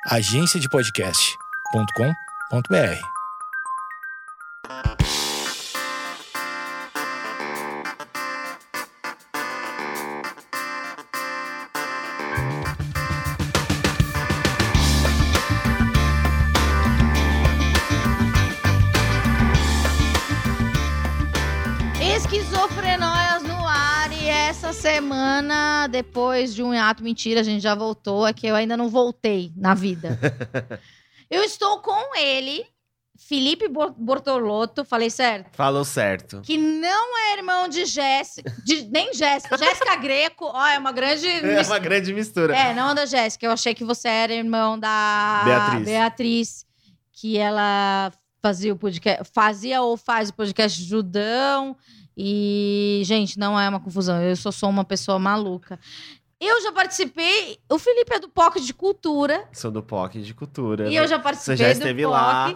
agenciadepodcast.com.br. Esquizofrenóias no ar, e essa semana, depois de um hiato, mentira, a gente já voltou, é que eu ainda não voltei na vida. Eu estou com ele, Felipe Bortolotto, falei certo? Falou certo. Que não é irmão de Jéssica, nem Jéssica, Jéssica Greco, ó, é uma grande... É uma grande mistura. É, não da Jéssica, eu achei que você era irmão da Beatriz, que ela fazia o podcast, fazia ou faz o podcast Judão. E, gente, não é uma confusão. Eu sou uma pessoa maluca. Eu já participei... O Felipe é do POC de Cultura. Sou do POC de Cultura. E eu já participei Você já esteve do POC. lá.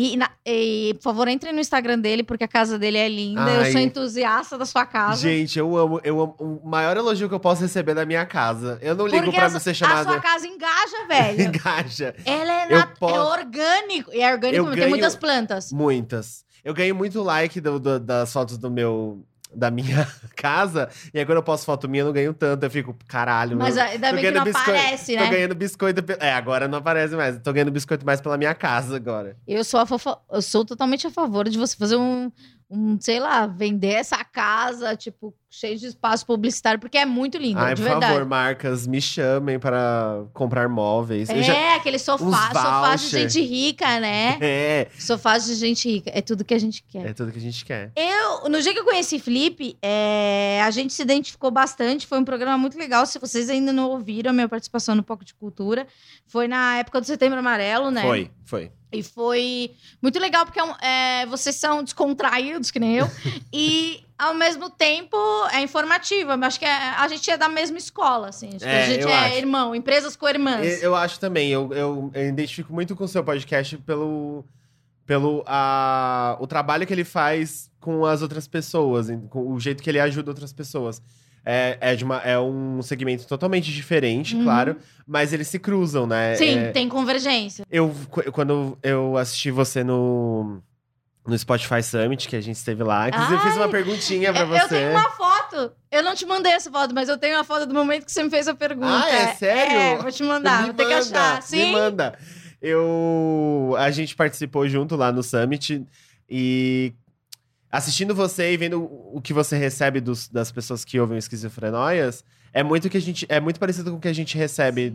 E, por favor, entre no Instagram dele, porque a casa dele é linda. Ai. Eu sou entusiasta da sua casa. Gente, eu amo. O maior elogio que eu posso receber da minha casa. Eu não ligo porque pra ser chamada... a sua casa engaja, velho. Engaja. Ela é, Eu é orgânico. E é orgânico, tem muitas plantas. Muitas. Eu ganho muito like das fotos da minha casa. E aí, quando eu posto foto minha, eu não ganho tanto. Eu fico, caralho. Mas ainda bem que não aparece, né? Tô ganhando biscoito. Agora não aparece mais. Tô ganhando biscoito mais pela minha casa agora. Eu sou totalmente a favor de você fazer sei lá, vender essa casa, tipo, cheio de espaço publicitário, porque é muito lindo, Ai, de por verdade. favor, marcas, me chamem para comprar móveis. Aquele sofá de gente rica, né? É. Sofás de gente rica, é tudo que a gente quer. É tudo que a gente quer. No dia que eu conheci Felipe, a gente se identificou bastante, foi um programa muito legal. Se vocês ainda não ouviram a minha participação no POC de Cultura, foi na época do Setembro Amarelo, né? Foi. E foi muito legal, porque vocês são descontraídos, que nem eu, e ao mesmo tempo é informativo. Eu acho que a gente é da mesma escola, assim. A gente é irmão, empresas co-irmãs. Eu acho também. Eu identifico muito com o seu podcast pelo o trabalho que ele faz com as outras pessoas, com o jeito que ele ajuda outras pessoas. É um segmento totalmente diferente, claro, mas eles se cruzam, né? Sim, tem convergência. Quando eu assisti você no Spotify Summit, que a gente esteve lá, inclusive eu fiz uma perguntinha pra você. Eu tenho uma foto. Eu não te mandei essa foto, mas eu tenho uma foto do momento que você me fez a pergunta. Ah, é sério? Vou te mandar, vou ter que achar. Sim? Me manda. A gente participou junto lá no Summit e... Assistindo você e vendo o que você recebe das pessoas que ouvem Esquizofrenóias, é muito parecido com o que a gente recebe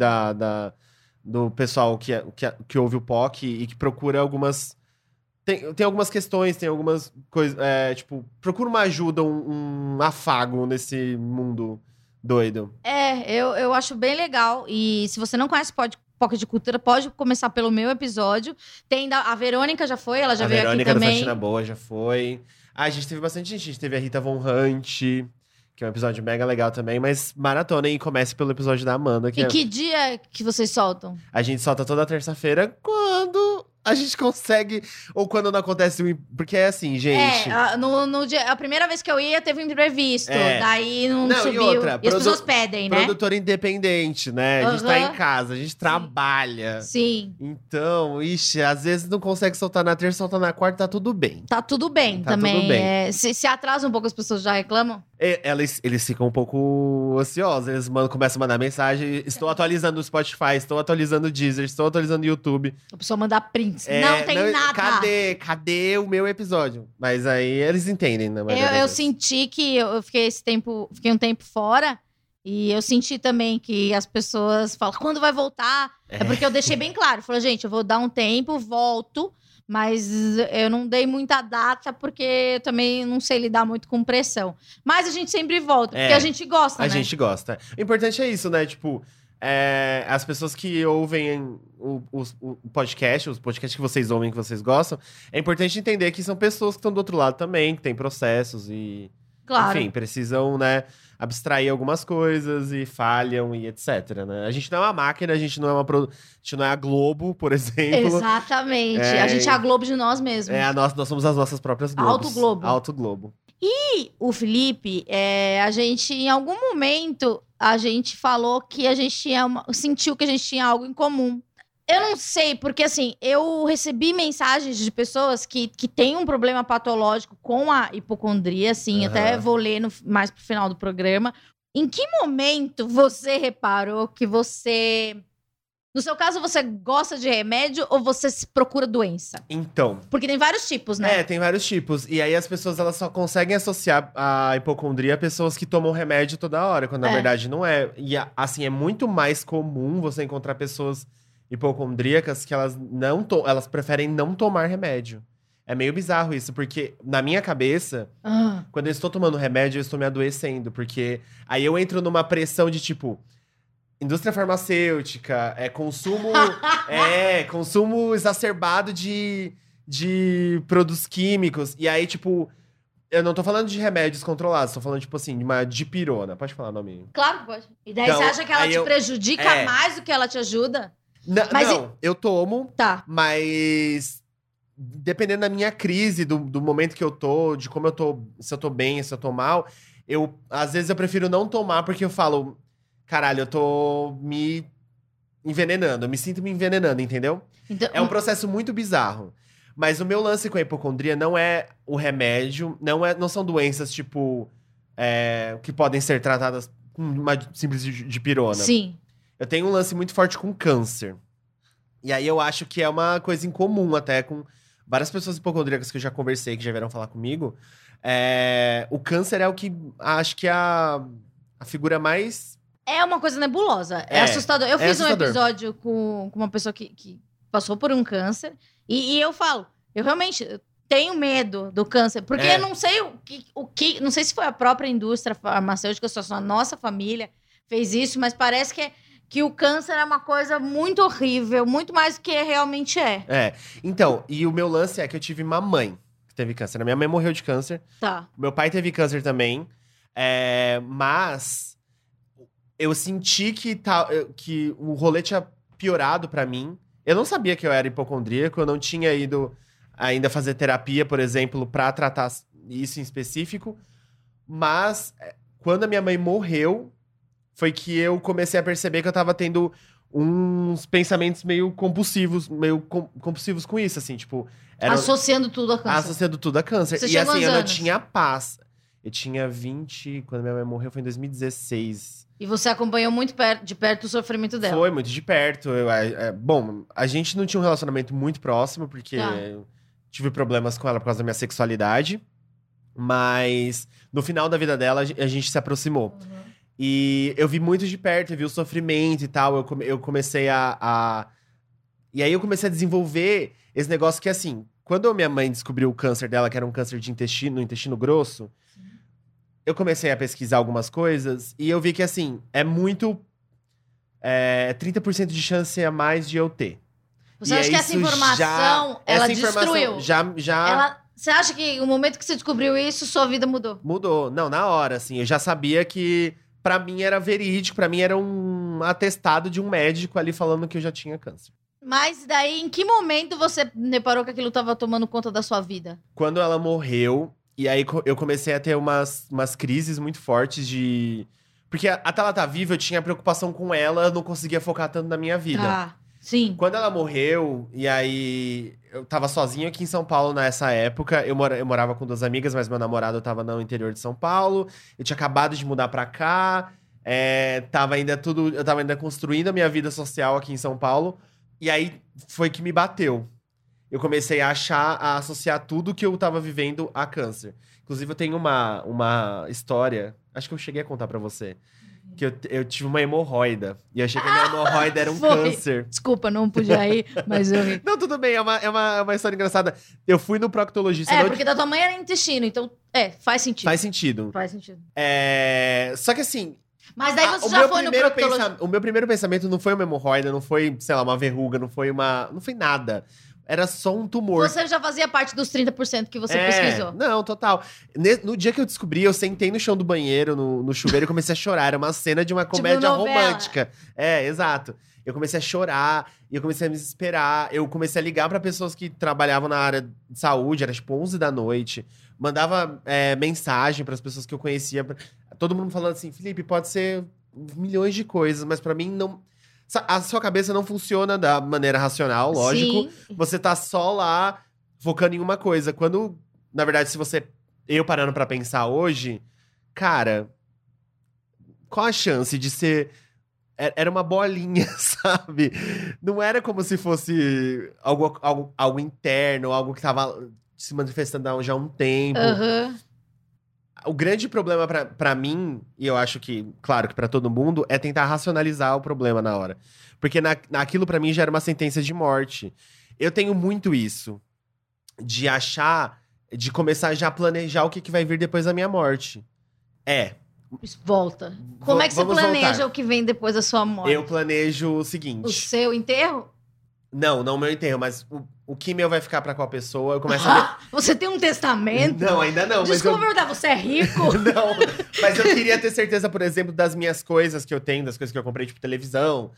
do pessoal que ouve o POC e que procura algumas... Tem algumas questões, tem algumas coisas... procura uma ajuda, um afago nesse mundo doido. Eu acho bem legal. E se você não conhece POC de Cultura, pode começar pelo meu episódio. Tem a Verônica, já foi? Ela já veio aqui também. A Verônica do Faxina Boa já foi. A gente teve bastante gente. A gente teve a Rita Von Hunt, que é um episódio mega legal também. Mas maratona e comece pelo episódio da Amanda. Que dia que vocês soltam? A gente solta toda terça-feira quando a gente consegue, ou quando não acontece porque é assim, gente. No dia, a primeira vez que eu ia, teve um imprevisto. Daí não subiu. E as pessoas pedem, né? Produtor independente, né? A gente tá em casa, a gente trabalha. Sim. Então, às vezes não consegue soltar na terça, solta na quarta, tá tudo bem. Tá tudo bem também. Tudo bem. Se atrasa um pouco, as pessoas já reclamam? Eles ficam um pouco ansiosos. Eles começam a mandar mensagem. Estou atualizando o Spotify, estou atualizando o Deezer, estou atualizando o YouTube. A pessoa manda prints. Não tem nada. Cadê o meu episódio? Mas aí eles entendem, né? Eu senti que eu fiquei um tempo fora. E eu senti também que as pessoas falam, quando vai voltar? É porque eu deixei bem claro. Falei, gente, eu vou dar um tempo, volto. Mas eu não dei muita data, porque eu também não sei lidar muito com pressão. Mas a gente sempre volta, porque a gente gosta, né? A gente gosta. O importante é isso, né? Tipo, as pessoas que ouvem o podcast, os podcasts que vocês ouvem, que vocês gostam, é importante entender que são pessoas que estão do outro lado também, que têm processos e... Claro. Enfim, precisam, né, abstrair algumas coisas e falham e etc, né? A gente não é uma máquina, a gente não é a Globo, por exemplo. Exatamente. A gente é a Globo de nós mesmos. Nós somos as nossas próprias Globos. Alto Globo. E o Felipe, a gente, em algum momento, a gente falou que a gente sentiu que a gente tinha algo em comum. Eu não sei, porque assim, eu recebi mensagens de pessoas que têm um problema patológico com a hipocondria, assim, até vou ler mais pro final do programa. Em que momento você reparou que você... No seu caso, você gosta de remédio ou você procura doença? Então... Porque tem vários tipos, né? tem vários tipos. E aí as pessoas, elas só conseguem associar a hipocondria a pessoas que tomam remédio toda hora, quando na verdade não é. E assim, é muito mais comum você encontrar pessoas hipocondríacas que elas preferem não tomar remédio. É meio bizarro isso, porque na minha cabeça, quando eu estou tomando remédio, eu estou me adoecendo. Porque aí eu entro numa pressão de tipo... Indústria farmacêutica, consumo exacerbado de produtos químicos. E aí, tipo, eu não tô falando de remédios controlados, tô falando, tipo assim, de uma dipirona. Pode falar o nome? Claro que pode. E daí Então, você acha que ela te prejudica mais do que ela te ajuda? Eu tomo, tá. Mas dependendo da minha crise, do momento que eu tô, de como eu tô, se eu tô bem, se eu tô mal, às vezes eu prefiro não tomar, porque eu falo... Caralho, eu tô me envenenando. Eu me sinto me envenenando, entendeu? Então, é um processo muito bizarro. Mas o meu lance com a hipocondria não é o remédio. Não são doenças, tipo... que podem ser tratadas com uma simples dipirona. Sim. Eu tenho um lance muito forte com câncer. E aí eu acho que é uma coisa incomum até com várias pessoas hipocondríacas que eu já conversei, que já vieram falar comigo. O câncer é o que... Acho que é a figura mais... É uma coisa nebulosa. É assustador. Eu fiz assustador. um episódio com uma pessoa que passou por um câncer. E eu falo, eu realmente tenho medo do câncer. Porque eu não sei o que... Não sei se foi a própria indústria farmacêutica, só a nossa família fez isso. Mas parece que o câncer é uma coisa muito horrível. Muito mais do que realmente é. Então, e o meu lance é que eu tive uma mãe que teve câncer. A minha mãe morreu de câncer. Tá. Meu pai teve câncer também. Mas... eu senti que o rolê tinha piorado pra mim. Eu não sabia que eu era hipocondríaco, eu não tinha ido ainda fazer terapia, por exemplo, pra tratar isso em específico. Mas quando a minha mãe morreu, foi que eu comecei a perceber que eu tava tendo uns pensamentos meio compulsivos com isso, assim, tipo... Associando tudo a câncer. Associando tudo a câncer. Você e tinha assim, quantos eu não anos? tinha paz. Eu tinha 20, quando minha mãe morreu, foi em 2016. E você acompanhou muito de perto o sofrimento dela. Foi, muito de perto. Bom, a gente não tinha um relacionamento muito próximo, porque eu tive problemas com ela por causa da minha sexualidade. Mas no final da vida dela, a gente se aproximou. E eu vi muito de perto, eu vi o sofrimento e tal. Eu comecei E aí eu comecei a desenvolver esse negócio que, assim, quando a minha mãe descobriu o câncer dela, que era um câncer de intestino grosso... eu comecei a pesquisar algumas coisas e eu vi que, assim, é muito... 30% de chance a mais de eu ter. Você acha que essa informação, ela destruiu? Você acha que o momento que você descobriu isso, sua vida mudou? Mudou. Não, na hora, assim. Eu já sabia que, pra mim, era verídico. Pra mim, era um atestado de um médico ali falando que eu já tinha câncer. Mas daí, em que momento você reparou que aquilo tava tomando conta da sua vida? Quando ela morreu... E aí eu comecei a ter umas crises muito fortes de... Porque até ela tá viva, eu tinha preocupação com ela, eu não conseguia focar tanto na minha vida. Tá, sim. Quando ela morreu, e aí eu tava sozinho aqui em São Paulo nessa época. Eu morava com 2 amigas, mas meu namorado tava no interior de São Paulo. Eu tinha acabado de mudar pra cá. Eu tava ainda construindo a minha vida social aqui em São Paulo. E aí foi que me bateu. Eu comecei a associar tudo que eu tava vivendo a câncer. Inclusive, eu tenho uma história, acho que eu cheguei a contar pra você, que eu tive uma hemorroida. E eu achei que a minha hemorroida era um câncer. Desculpa, não podia ir, mas eu ri. Não, tudo bem, é uma história engraçada. Eu fui no proctologista... porque da tua mãe era intestino, então, faz sentido. Faz sentido. Faz sentido. Só que assim... Mas daí você já foi no proctologista. O meu primeiro pensamento não foi uma hemorroida, não foi, sei lá, uma verruga, não foi nada. Era só um tumor. Você já fazia parte dos 30% que você pesquisou. Não, total. No dia que eu descobri, eu sentei no chão do banheiro, no chuveiro, e comecei a chorar. Era uma cena de uma comédia romântica. Exato. Eu comecei a chorar, e eu comecei a me desesperar. Eu comecei a ligar pra pessoas que trabalhavam na área de saúde, era tipo 11 da noite. Mandava mensagem pras pessoas que eu conhecia. Todo mundo falando assim, Felipe, pode ser milhões de coisas, mas pra mim não... A sua cabeça não funciona da maneira racional, lógico. Sim. Você tá só lá focando em uma coisa. Quando, na verdade, se você... Eu parando pra pensar hoje, cara, qual a chance de ser... Era uma bolinha, sabe? Não era como se fosse algo interno, algo que tava se manifestando já há um tempo. Aham. O grande problema pra mim, e eu acho que, claro que pra todo mundo, é tentar racionalizar o problema na hora. Porque naquilo pra mim já era uma sentença de morte. Eu tenho muito isso. De achar, de começar já a planejar o que vai vir depois da minha morte. Volta. Como é que você Vamos planeja voltar. o que vem depois da sua morte? Eu planejo o O seguinte. seu enterro? Não o meu enterro, mas o que meu vai ficar pra qual pessoa, eu começo a ver. Você tem um testamento? Não, ainda não. Desculpa Mas perguntar, você é rico? Não, mas eu queria ter certeza, por exemplo, das minhas coisas que eu tenho, das coisas que eu comprei, tipo televisão,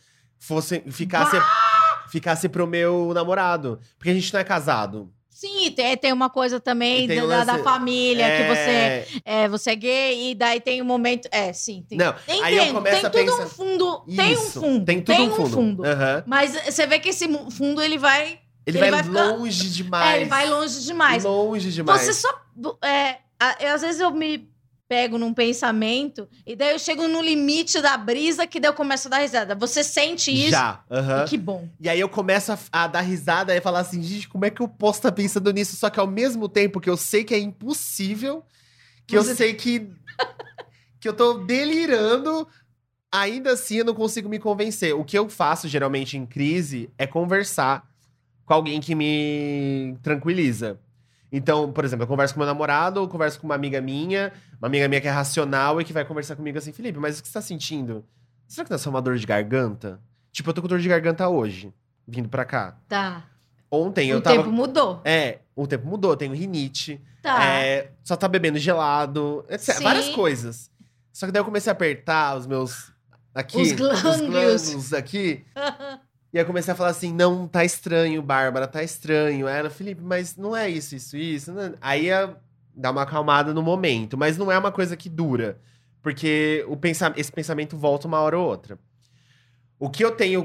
ficasse pro meu namorado. Porque a gente não é casado. Sim, tem uma coisa também E tem o da lance- família, É, que você é gay, e daí tem um momento... sim. Não, Tem, aí eu começo tem a tudo pensar- um fundo. Tem um Isso, fundo. Tem tudo um fundo. Aham. Mas você vê que esse fundo, ele vai... Ele vai ficar- longe demais. ele vai longe demais. Longe demais. Você só... às vezes eu me pego num pensamento, e daí eu chego no limite da brisa, que daí eu começo a dar risada. Você sente isso? Já, aham. Que bom. E aí eu começo a dar risada e falar assim, gente, como é que eu posso estar pensando nisso? Só que ao mesmo tempo que eu sei que é impossível, que eu sei que eu tô delirando, ainda assim eu não consigo me convencer. O que eu faço geralmente em crise é conversar com alguém que me tranquiliza. Então, por exemplo, eu converso com meu namorado, ou converso com uma amiga minha que é racional e que vai conversar comigo assim, Felipe, mas o que você tá sentindo? Será que não é só uma dor de garganta? Tipo, eu tô com dor de garganta hoje, vindo pra cá. Tá. Ontem eu O tava... tempo mudou. O tempo mudou, eu tenho rinite, Tá. só tá bebendo gelado, etc. Sim. Várias coisas. Só que daí eu comecei a apertar os meus... Aqui, Os glândulos. glândulos aqui. E aí eu comecei a falar assim, não, tá estranho, Bárbara, tá estranho. Aí ela, Felipe, mas não é isso. Não é... Aí dá uma acalmada no momento, mas não é uma coisa que dura. Porque esse pensamento volta uma hora ou outra. O que eu tenho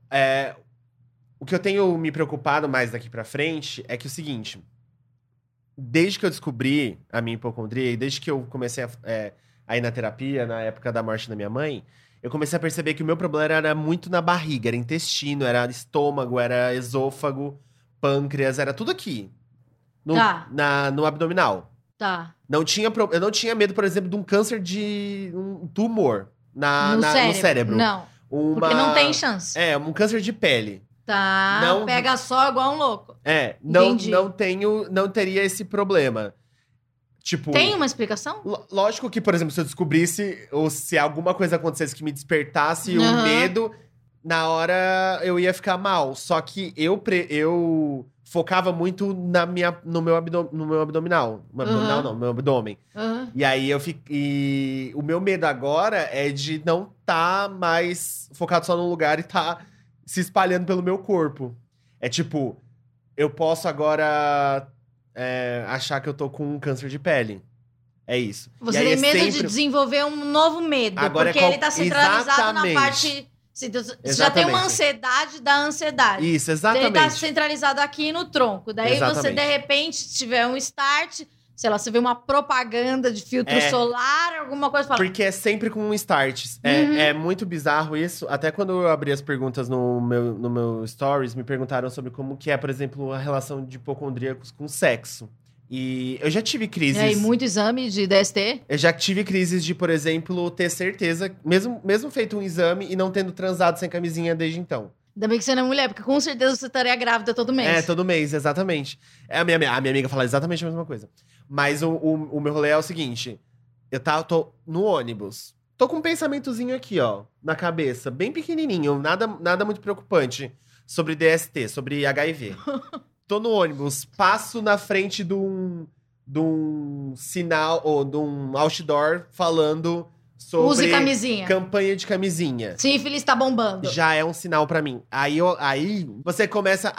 me preocupado mais daqui pra frente é que é o seguinte. Desde que eu descobri a minha hipocondria e desde que eu comecei a ir na terapia, na época da morte da minha mãe, eu comecei a perceber que o meu problema era muito na barriga, era intestino, era estômago, era esôfago, pâncreas, era tudo aqui. No abdominal. Tá. Eu não tinha medo, por exemplo, de um câncer de um tumor no cérebro. Não, porque não tem chance. Um câncer de pele. Tá, Não- pega só igual um louco. Não, Entendi. não teria esse problema. Tipo, Tem uma explicação? lógico que, por exemplo, se eu descobrisse, ou se alguma coisa acontecesse que me despertasse o Aham. medo, na hora eu ia ficar mal. Só que eu focava muito no meu abdominal. No abdominal Aham. não, no meu abdômen. Aham. E aí e o meu medo agora é de não tá mais focado só num lugar e tá se espalhando pelo meu corpo. É tipo, eu posso agora achar que eu tô com um câncer de pele. É isso. Você E aí tem medo de sempre- desenvolver um novo medo, Agora porque ele tá centralizado Exatamente. na parte... Você já tem uma Exatamente. ansiedade da ansiedade. Isso, Ele tá exatamente. centralizado aqui no tronco. Daí você, Exatamente. de repente, tiver um start, sei lá, você vê uma propaganda de filtro solar, alguma coisa, fala... Porque é sempre com um start. Uhum. É muito bizarro isso. Até quando eu abri as perguntas no meu stories, me perguntaram sobre como que é, por exemplo, a relação de hipocondríacos com sexo. E eu já tive E crises. aí, muito exame de DST? Eu já tive crises de, por exemplo, ter certeza, mesmo feito um exame e não tendo transado sem camisinha desde então. Ainda bem que você não é mulher, porque com certeza você estaria grávida todo mês. Todo mês, exatamente. A minha amiga fala exatamente a mesma coisa. Mas o meu rolê é o seguinte: tô no ônibus. Tô com um pensamentozinho aqui, ó, na cabeça, bem pequenininho, nada muito preocupante sobre DST, sobre HIV. Tô no ônibus, passo na frente de um sinal, ou de um outdoor falando sobre Use camisinha. campanha de camisinha. Sífilis tá bombando. Já é um sinal pra mim. Aí você começa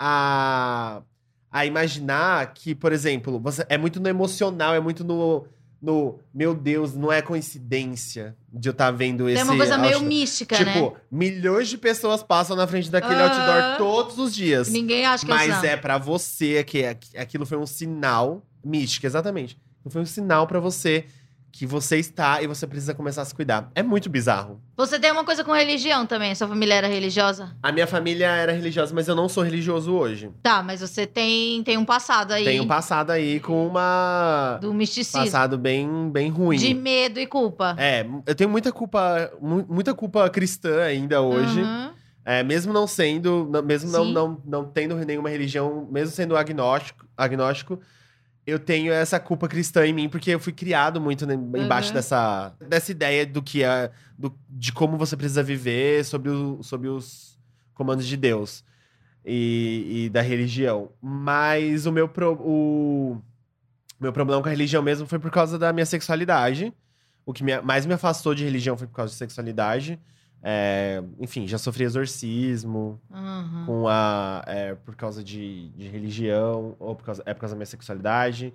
a imaginar que, por exemplo, é muito no emocional, é muito no meu Deus, não é coincidência de eu estar vendo esse. Tem uma coisa meio outdoor. mística, né? Tipo, milhões de pessoas passam na frente daquele outdoor todos os dias. Ninguém acha que Mas não. é pra você que aquilo foi um sinal místico, exatamente. Foi um sinal pra você que você está e você precisa começar a se cuidar. É muito bizarro. Você tem uma coisa com religião também? Sua família era religiosa? A minha família era religiosa, mas eu não sou religioso hoje. Tá, mas você tem um passado aí. Tenho um passado aí com uma... Do misticismo. Passado bem ruim. De medo e culpa. É, eu tenho muita culpa cristã ainda hoje. Uhum. É, mesmo não sendo, mesmo Sim. não tendo nenhuma religião, mesmo sendo agnóstico, eu tenho essa culpa cristã em mim, porque eu fui criado muito embaixo dessa ideia do que é, de como você precisa viver sob os comandos de Deus e da religião. Mas o meu problema com a religião mesmo foi por causa da minha sexualidade. O que mais me afastou de religião foi por causa de sexualidade. Enfim, já sofri exorcismo por causa de religião, ou por causa da minha sexualidade.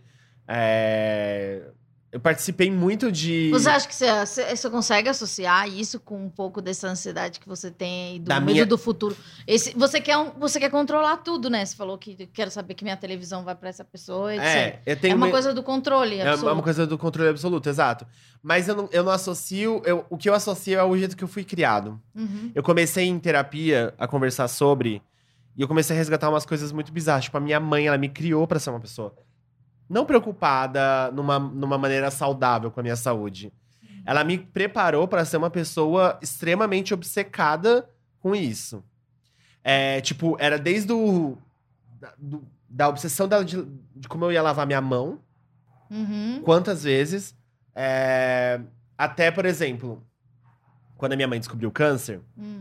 Eu participei muito de... Você acha que você consegue associar isso com um pouco dessa ansiedade que você tem aí do Da medo minha- do futuro? Você quer controlar tudo, né? Você falou que quero saber que minha televisão vai pra essa pessoa, etc. eu tenho É uma coisa do controle É absoluto. uma coisa do controle absoluto, exato. Mas eu não associo... o que eu associo é o jeito que eu fui criado. Uhum. Eu comecei em terapia a conversar sobre... E eu comecei a resgatar umas coisas muito bizarras. Tipo, a minha mãe, ela me criou pra ser uma pessoa não preocupada numa maneira saudável com a minha saúde. Ela me preparou pra ser uma pessoa extremamente obcecada com isso. Tipo, era desde da obsessão dela de como eu ia lavar minha mão, Uhum. quantas vezes, até, por exemplo, quando a minha mãe descobriu câncer,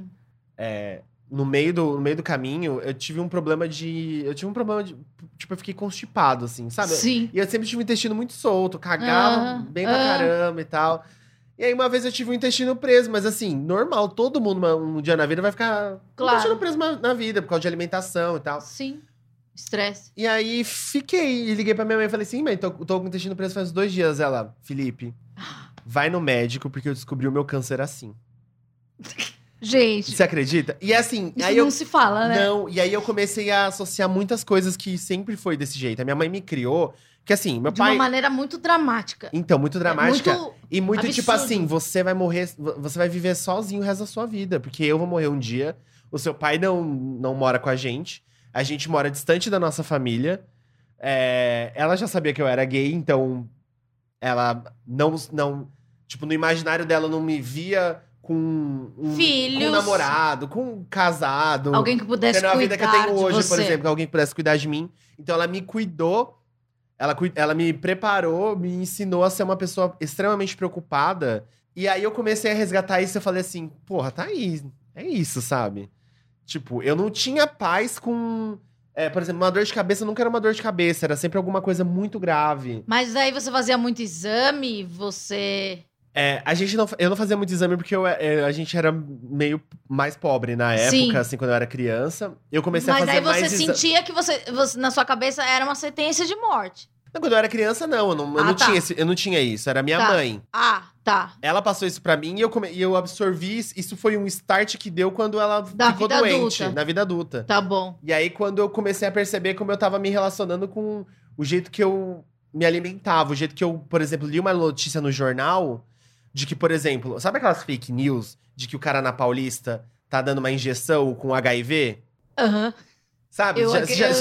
no meio do caminho, eu tive um problema de... Tipo, eu fiquei constipado, assim, sabe? Sim. E eu sempre tive o intestino muito solto, cagava bem pra caramba e tal. E aí, uma vez eu tive o intestino preso, mas assim, normal, todo mundo um dia na vida vai ficar com o Claro. intestino preso na vida, por causa de alimentação e tal. Sim. Estresse. E aí, fiquei e liguei pra minha mãe e falei assim, mãe, tô com o intestino preso faz 2 dias. Ela, Felipe, vai no médico, porque eu descobri o meu câncer assim. Gente, Você acredita? E assim, isso aí não se fala, né? Não, e aí eu comecei a associar muitas coisas que sempre foi desse jeito. A minha mãe me criou, que assim, meu De pai... uma maneira muito dramática. Então, muito dramática. Muito E muito tipo absurdo. assim, você vai morrer, você vai viver sozinho o resto da sua vida. Porque eu vou morrer um dia, o seu pai não mora com a gente mora distante da nossa família. Ela já sabia que eu era gay, então ela não tipo, no imaginário dela não me via com Filhos. com um namorado, com um casado. Alguém que pudesse Tendo a cuidar vida que eu tenho de hoje, você. por exemplo, alguém que pudesse cuidar de mim. Então ela me cuidou, ela me preparou, me ensinou a ser uma pessoa extremamente preocupada. E aí eu comecei a resgatar isso e eu falei assim, porra, tá aí, é isso, sabe? Tipo, eu não tinha paz com... por exemplo, uma dor de cabeça nunca era uma dor de cabeça, era sempre alguma coisa muito grave. Mas aí você fazia muito exame, você... Eu não fazia muito exame porque a gente era meio mais pobre na época, Sim. assim, quando eu era criança. Eu comecei Mas a fazer aí você mais sentia que você, na sua cabeça era uma sentença de morte. Não, quando eu era criança, não. Eu não tinha isso. Era minha Tá. mãe. Ah, tá. Ela passou isso pra mim e eu absorvi. Isso foi um start que deu quando ela Da ficou vida doente. adulta. Na vida adulta. Tá bom. E aí, quando eu comecei a perceber como eu tava me relacionando com o jeito que eu me alimentava, o jeito que eu, por exemplo, li uma notícia no jornal de que, por exemplo, sabe aquelas fake news de que o cara na Paulista tá dando uma injeção com HIV? Aham. Sabe? Eu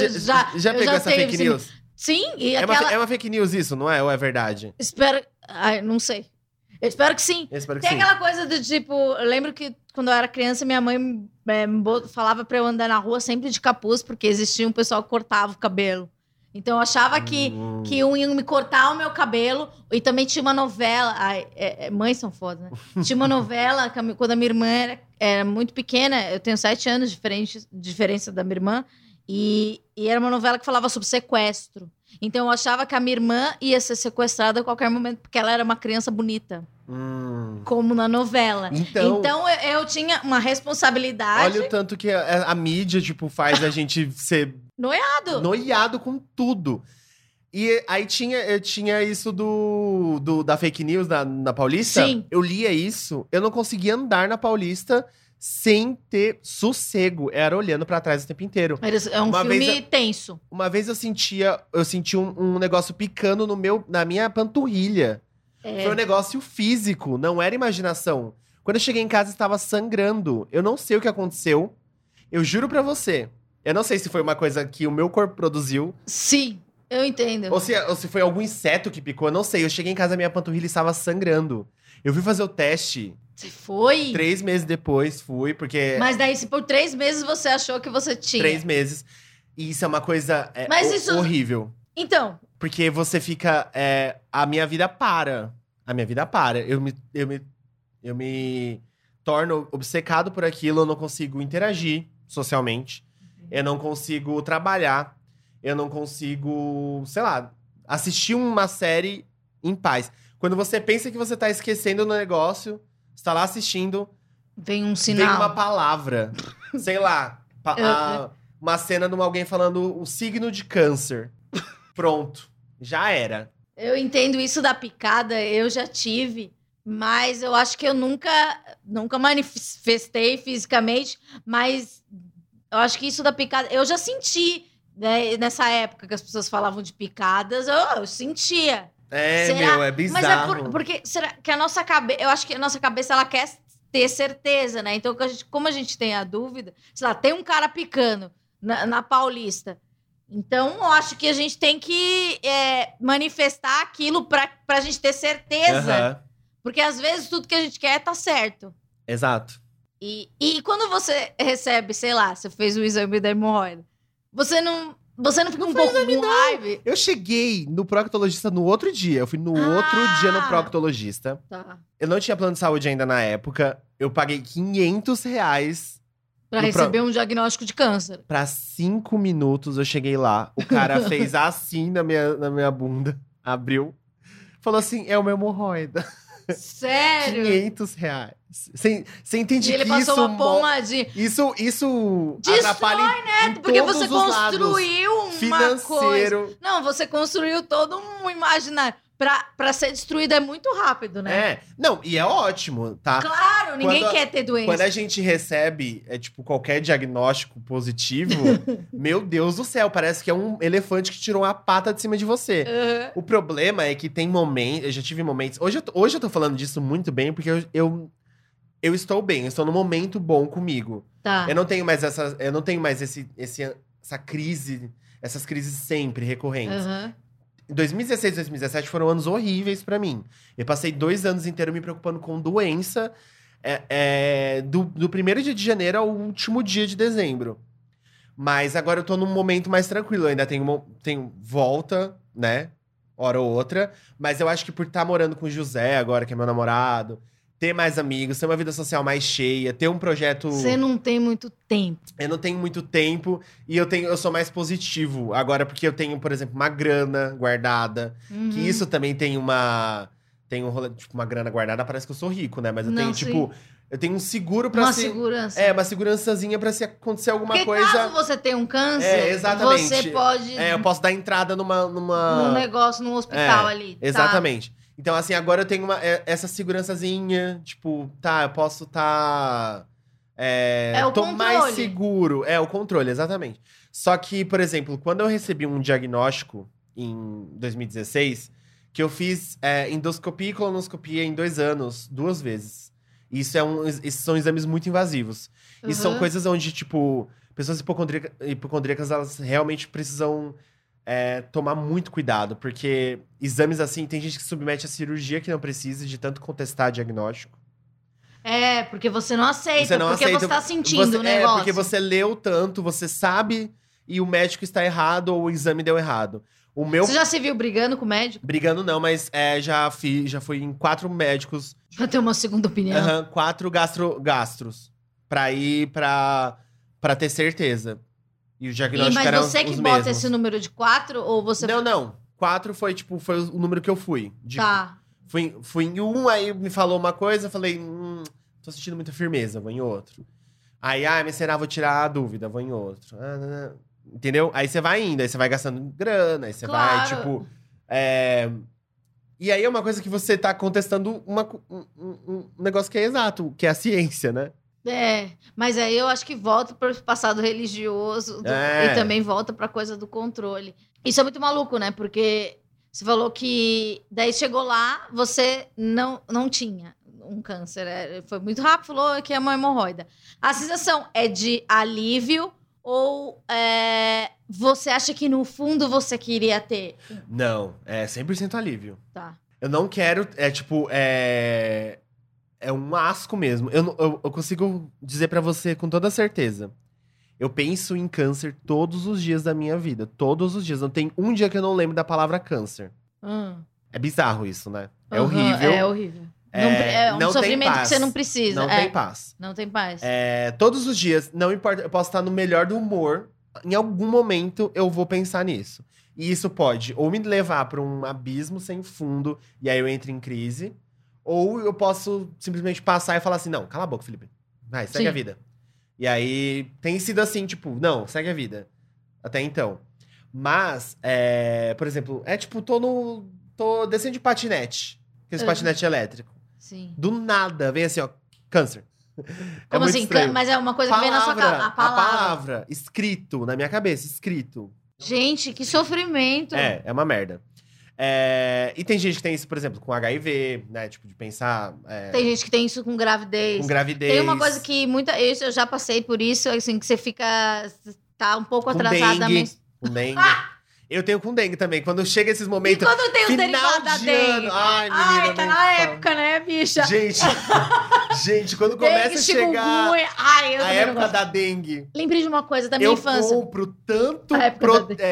Já pegou já essa tenho, fake sim. news? Sim, e É aquela... uma fake news isso, não é? Ou é verdade? Espero... Ai, não sei. Eu espero que sim. Eu espero que Tem sim. aquela coisa do tipo... Eu lembro que quando eu era criança, minha mãe falava pra eu andar na rua sempre de capuz, porque existia um pessoal que cortava o cabelo. Então eu achava que iam me cortar o meu cabelo. E também tinha uma novela... Ai, mães são foda, né? Tinha uma novela, quando a minha irmã era muito pequena. Eu tenho 7 anos de diferença da minha irmã. E era uma novela que falava sobre sequestro. Então eu achava que a minha irmã ia ser sequestrada a qualquer momento, porque ela era uma criança bonita. Como na novela. Então eu tinha uma responsabilidade. Olha o tanto que a mídia, tipo, faz a gente ser Noiado. noiado com tudo. E aí eu tinha isso da fake news na Paulista. Sim. Eu lia isso, eu não conseguia andar na Paulista sem ter sossego. Era olhando pra trás o tempo inteiro. É um Uma filme vez tenso. Uma vez eu senti um negócio picando na minha panturrilha. Foi um negócio físico, não era imaginação. Quando eu cheguei em casa, estava sangrando. Eu não sei o que aconteceu. Eu juro pra você. Eu não sei se foi uma coisa que o meu corpo produziu. Sim, eu entendo. Ou se foi algum inseto que picou, eu não sei. Eu cheguei em casa, minha panturrilha estava sangrando. Eu fui fazer o teste. Você foi? 3 meses depois, fui, porque... Mas daí, se por 3 meses você achou que você tinha. 3 meses. E isso é uma coisa Mas isso- horrível. Então, Porque você fica... a minha vida para. A minha vida para. Eu me torno obcecado por aquilo. Eu não consigo interagir socialmente. Eu não consigo trabalhar. Eu não consigo, sei lá, assistir uma série em paz. Quando você pensa que você tá esquecendo do negócio, você tá lá assistindo, vem um vem sinal. uma palavra. Sei lá, uma cena de alguém falando o signo de câncer. Pronto, já era. Eu entendo isso da picada, eu já tive, mas eu acho que eu nunca manifestei fisicamente, mas eu acho que isso da picada, eu já senti, né, nessa época que as pessoas falavam de picadas, eu sentia. Será? É Mas bizarro. porque será que a nossa cabeça, eu acho que a nossa cabeça ela quer ter certeza, né? Então, como a gente tem a dúvida, sei lá, tem um cara picando na Paulista. Então, eu acho que a gente tem que manifestar aquilo pra gente ter certeza. Aham, Porque às vezes tudo que a gente quer tá certo. exato. E quando você recebe, sei lá, você fez o exame da hemorroida, você não fica um pouco com raiva? Eu cheguei no proctologista no outro dia. Eu fui no outro dia no proctologista. Tá. Eu não tinha plano de saúde ainda na época. Eu paguei R$ 500 Pra No receber um diagnóstico de câncer. pra 5 minutos. Eu cheguei lá. O cara fez assim na minha bunda. Abriu. Falou assim, é uma hemorroida. Sério? R$ 500. Você entende E ele que passou isso... uma pomadinha. Isso Destrói, atrapalha em Porque todos você os lados. construiu uma coisa. Financeiro. Não, você construiu todo um imaginário. Pra ser destruído é muito rápido, né? Não, e é ótimo, tá? Claro, ninguém Quando- quer ter doença. Quando a gente recebe, qualquer diagnóstico positivo, meu Deus do céu, parece que é um elefante que tirou uma pata de cima de você. Aham. O problema é que tem momentos, eu já tive momentos, hoje eu tô falando disso muito bem, porque eu estou bem, eu estou num momento bom comigo. Tá. Eu não tenho mais essa crise, essas crises sempre recorrentes. Aham. 2016 e 2017 foram anos horríveis pra mim. Eu passei 2 anos inteiros me preocupando com doença, do primeiro dia de janeiro ao último dia de dezembro. Mas agora eu tô num momento mais tranquilo. Eu ainda tenho volta, né? Hora ou outra. Mas eu acho que por estar morando com o José agora, que é meu namorado, ter mais amigos, ter uma vida social mais cheia, ter um projeto... Você não tem muito tempo. Eu não tenho muito tempo e eu sou mais positivo. Agora, porque eu tenho, por exemplo, uma grana guardada. Uhum. Que isso também tem um rolê, tipo, uma grana guardada, parece que eu sou rico, né? Mas eu Não, tenho, sim. tipo, eu tenho um seguro pra Uma se... segurança. Uma segurançazinha pra se acontecer alguma Porque coisa... caso você tenha um câncer, exatamente. você pode eu posso dar entrada num num negócio, num hospital ali. Tá? Exatamente. Então, assim, agora eu tenho essa segurançazinha, tipo, tá, eu posso tá... o tô controle. mais seguro. O controle, exatamente. Só que, por exemplo, quando eu recebi um diagnóstico em 2016, que eu fiz endoscopia e colonoscopia em 2 anos, 2 vezes. Esses são exames muito invasivos. E são Uhum. coisas onde, tipo, pessoas hipocondríacas, elas realmente precisam tomar muito cuidado. Porque exames assim, tem gente que submete a cirurgia que não precisa de tanto contestar diagnóstico. Porque você não aceita, Você não porque aceita. você tá sentindo o negócio. Porque você leu tanto, você sabe e o médico está errado ou o exame deu errado. O meu... Você já se viu brigando com o médico? Brigando não, mas já fui em 4 médicos, Pra ter uma segunda opinião. 4 gastros, pra ir pra ter certeza. E o diagnóstico Mas era você que os bota mesmos. esse número de 4 ou você... Não. 4 foi o número que eu fui. Tá. Fui em um, aí me falou uma coisa, eu falei, tô sentindo muita firmeza, vou em outro. Aí, mas será, vou tirar a dúvida, vou em outro. Entendeu? Aí você vai indo, aí você vai gastando grana, aí você vai, Claro. tipo... E aí é uma coisa que você tá contestando um negócio que é exato, que é a ciência, né? Mas aí eu acho que volta para o passado religioso e também volta para coisa do controle. Isso é muito maluco, né? Porque você falou que daí chegou lá, você não tinha um câncer. Foi muito rápido, falou que é uma hemorroida. A sensação é de alívio ou você acha que no fundo você queria ter? Não, é 100% alívio. Tá. Eu não quero, é um asco mesmo. Eu consigo dizer pra você com toda certeza. Eu penso em câncer todos os dias da minha vida. Todos os dias. Não tem um dia que eu não lembro da palavra câncer. É bizarro isso, né? É horrível. É horrível. Não um tem sofrimento paz. que você não precisa. Não tem paz. Não tem paz. Todos os dias, não importa, eu posso estar no melhor do humor. Em algum momento eu vou pensar nisso. E isso pode ou me levar pra um abismo sem fundo, e aí eu entro em crise. Ou eu posso simplesmente passar e falar assim, não, cala a boca, Felipe. Vai, segue Sim. a vida. E aí, tem sido assim, tipo, não, segue a vida. Até então. Mas, por exemplo, tô descendo de patinete. Aquele patinete elétrico. Sim. Do nada, vem assim, ó, câncer. Como assim? Mas é uma coisa que vem na sua cara. A palavra, escrito, na minha cabeça, escrito. Gente, que sofrimento. É uma merda. E tem gente que tem isso, por exemplo, com HIV, né? Tipo, de pensar... Tem gente que tem isso com gravidez. Com gravidez. Tem uma coisa que eu já passei por isso, assim, que você fica... Tá um pouco com atrasada. dengue, com dengue. Eu tenho com dengue também. Quando chega esses E momentos... quando tem os final derivados da de dengue? ano. Ai, menina, tá nem na fala. época, né, bicha? Gente, quando começa Dengue, a chegar chikungunya. Ai, eu a também não época gosto. da dengue... Lembrei de uma coisa da minha Eu infância. compro tanto A época da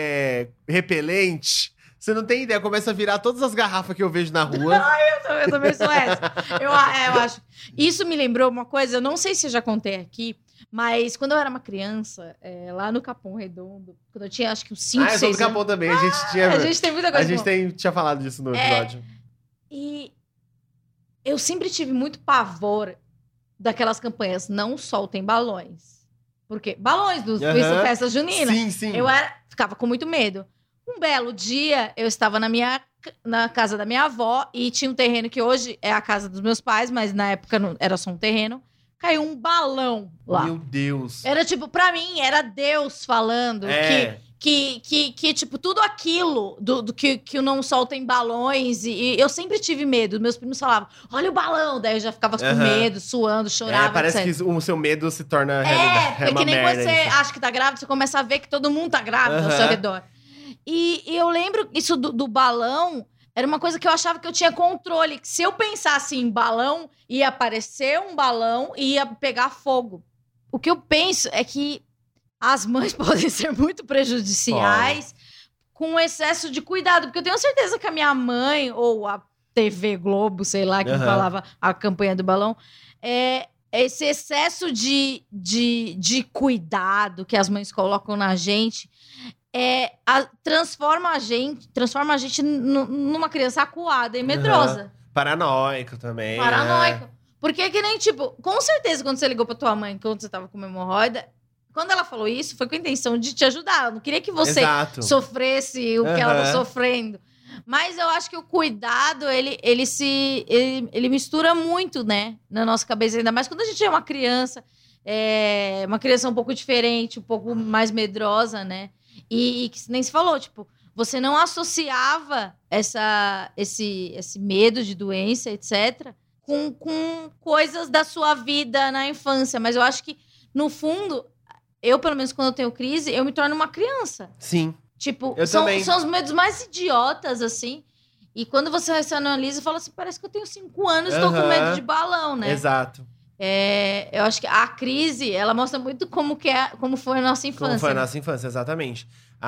repelente, você não tem ideia. Começa a virar todas as garrafas que eu vejo na rua. Eu também sou essa. Eu acho. Isso me lembrou uma coisa, eu não sei se eu já contei aqui, mas quando eu era uma criança, lá no Capão Redondo, quando eu tinha acho que uns 5, 6 eu sou do Capão também. A gente tem muita coisa. tinha falado disso no episódio. E eu sempre tive muito pavor daquelas campanhas, não soltem balões. Porque balões do festa junina. Sim. Ficava com muito medo. Um belo dia, eu estava na casa da minha avó e tinha um terreno que hoje é a casa dos meus pais, mas na época não, era só um terreno. Caiu um balão lá. Meu Deus. Era tipo, pra mim, era Deus falando que tipo, tudo aquilo do que não soltem balões. E eu sempre tive medo. Meus primos falavam, olha o balão. Daí eu já ficava com medo, suando, chorava, parece etc. que o seu medo se torna realidade. Porque que nem quando merda você isso. acha que tá grávida, você começa a ver que todo mundo tá grávido ao seu redor. E eu lembro isso do balão, era uma coisa que eu achava que eu tinha controle. Que se eu pensasse em balão, ia aparecer um balão e ia pegar fogo. O que eu penso é que as mães podem ser muito prejudiciais com excesso de cuidado. Porque eu tenho certeza que a minha mãe, ou a TV Globo, sei lá, que falava a campanha do balão, esse excesso de cuidado que as mães colocam na gente transforma a gente numa criança acuada e medrosa. Paranoico também. Paranoico. Porque que nem, tipo, com certeza quando você ligou pra tua mãe, quando você tava com uma hemorroida, quando ela falou isso, foi com a intenção de te ajudar. Eu não queria que você sofresse o que ela tá sofrendo. Mas eu acho que o cuidado, ele mistura muito, né? Na nossa cabeça. Ainda mais quando a gente é uma criança um pouco diferente, um pouco mais medrosa, né? E que nem se falou, tipo, você não associava esse medo de doença, etc., com coisas da sua vida na infância. Mas eu acho que, no fundo, eu, pelo menos, quando eu tenho crise, eu me torno uma criança. Sim. Tipo, eu são os medos mais idiotas, assim. E quando você racionaliza, fala assim, parece que eu tenho 5 anos e tô com medo de balão, né? Exato. Eu acho que a crise, ela mostra muito como foi a nossa infância. Como foi a nossa infância, exatamente.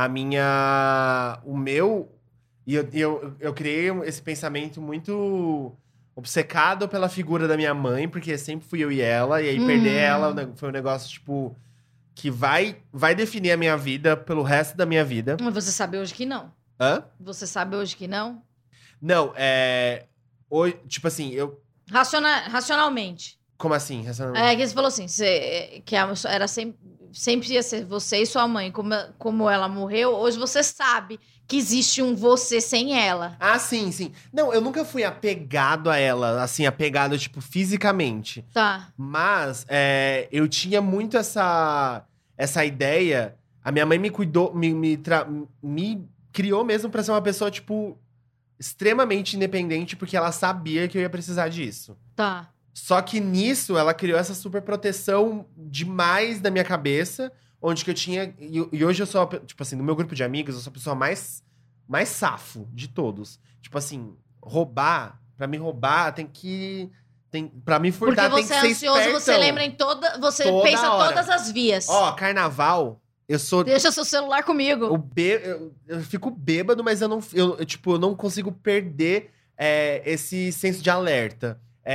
Eu criei esse pensamento muito obcecado pela figura da minha mãe, porque sempre fui eu e ela, e aí perder ela foi um negócio, tipo, que vai definir a minha vida pelo resto da minha vida. Mas você sabe hoje que não. Hã? Você sabe hoje que não? Não, hoje, tipo assim, Racionalmente. Como assim? Racionalmente? Que você falou assim, que era sempre... sempre ia ser você e sua mãe, como ela morreu, hoje você sabe que existe um você sem ela. Ah, sim, sim. Não, eu nunca fui apegado a ela, assim, apegado, tipo, fisicamente. Tá. Mas eu tinha muito essa ideia. A minha mãe me cuidou, me criou mesmo pra ser uma pessoa, tipo, extremamente independente, porque ela sabia que eu ia precisar disso. Tá. Só que nisso, ela criou essa super proteção demais da minha cabeça, onde que eu tinha... E hoje eu sou, tipo assim, no meu grupo de amigos, eu sou a pessoa mais safo de todos. Tipo assim, pra me roubar, pra me furtar, porque tem que você é ser ansioso, espertão. você lembra em você Toda pensa hora. todas as vias. Ó, carnaval, eu sou... Deixa seu celular comigo. Eu fico bêbado, mas eu não consigo perder esse senso de alerta.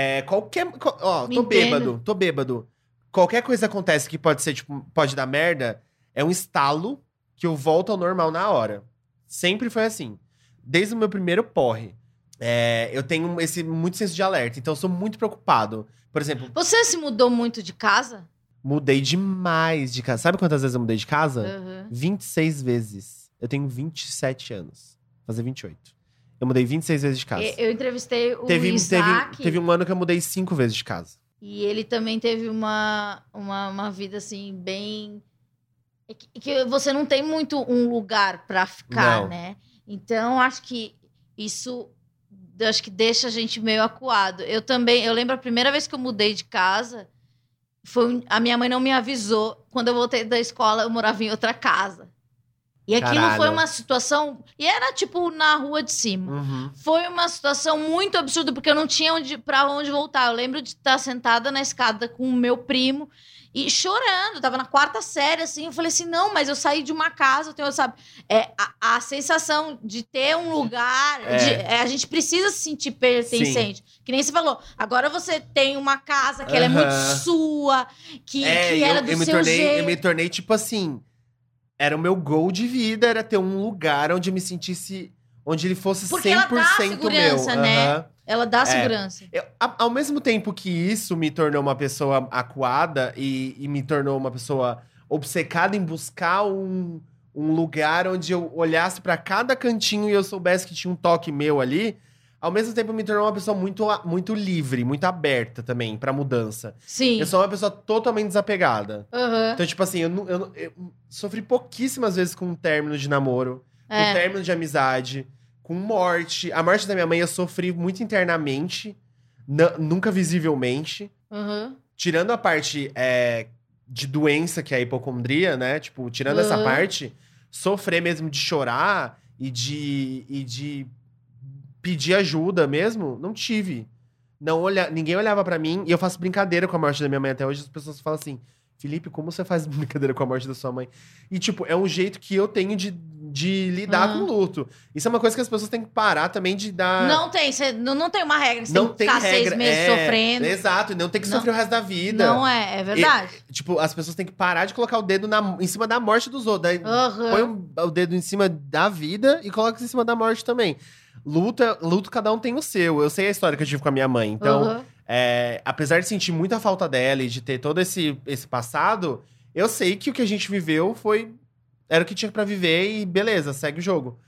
Tô bêbado. Qualquer coisa acontece que pode ser, tipo, pode dar merda, é um estalo que eu volto ao normal na hora. Sempre foi assim. Desde o meu primeiro porre. Eu tenho esse muito senso de alerta, então eu sou muito preocupado. Por exemplo... Você se mudou muito de casa? Mudei demais de casa. Sabe quantas vezes eu mudei de casa? Uhum. 26 vezes. Eu tenho 27 anos. Vou fazer 28. Eu mudei 26 vezes de casa. Eu entrevistei o Isaac. Teve um ano que eu mudei 5 vezes de casa. E ele também teve uma vida, assim, bem... Que você não tem muito um lugar pra ficar, Não. né? Então, acho que isso... Acho que deixa a gente meio acuado. Eu lembro a primeira vez que eu mudei de casa... A minha mãe não me avisou. Quando eu voltei da escola, eu morava em outra casa. E aquilo Caralho. foi uma situação... E era, tipo, na rua de cima. Uhum. Foi uma situação muito absurda, porque eu não tinha pra onde voltar. Eu lembro de estar sentada na escada com o meu primo e chorando. Eu tava na 4ª série, assim. Eu falei assim, não, mas eu saí de uma casa. Eu tenho, sabe? A sensação de ter um lugar... a gente precisa se sentir pertencente. Sim. Que nem você falou. Agora você tem uma casa que ela é muito sua, que era do seu jeito. Eu me tornei, tipo assim... Era o meu goal de vida, era ter um lugar onde eu me sentisse... Onde ele fosse porque 100% ela dá segurança, meu. Né? Ela dá segurança. Ao mesmo tempo que isso me tornou uma pessoa acuada e me tornou uma pessoa obcecada em buscar um lugar onde eu olhasse pra cada cantinho e eu soubesse que tinha um toque meu ali, ao mesmo tempo me tornou uma pessoa muito livre, muito aberta também pra mudança. Sim. Eu sou uma pessoa totalmente desapegada. Uhum. Então, tipo assim, eu sofri pouquíssimas vezes com um término de namoro, com um término de amizade, com morte. A morte da minha mãe eu sofri muito internamente, nunca visivelmente. Uhum. Tirando a parte de doença, que é a hipocondria, né? Tipo, tirando essa parte, sofrer mesmo de chorar e de pedir ajuda mesmo, não tive. Ninguém olhava pra mim, e eu faço brincadeira com a morte da minha mãe até hoje. As pessoas falam assim, Felipe, como você faz brincadeira com a morte da sua mãe? E, tipo, é um jeito que eu tenho de lidar com o luto. Isso é uma coisa que as pessoas têm que parar também de dar... Não tem, não tem uma regra. Você não tem que ficar regra, 6 meses sofrendo. Exato, e não tem que sofrer o resto da vida. Não é verdade. Tipo, as pessoas têm que parar de colocar o dedo em cima da morte dos outros. Daí põe o dedo em cima da vida e coloca em cima da morte também. Luto, cada um tem o seu. Eu sei a história que eu tive com a minha mãe. Então, apesar de sentir muita falta dela e de ter todo esse passado, eu sei que o que a gente viveu era o que tinha pra viver e beleza, segue o jogo.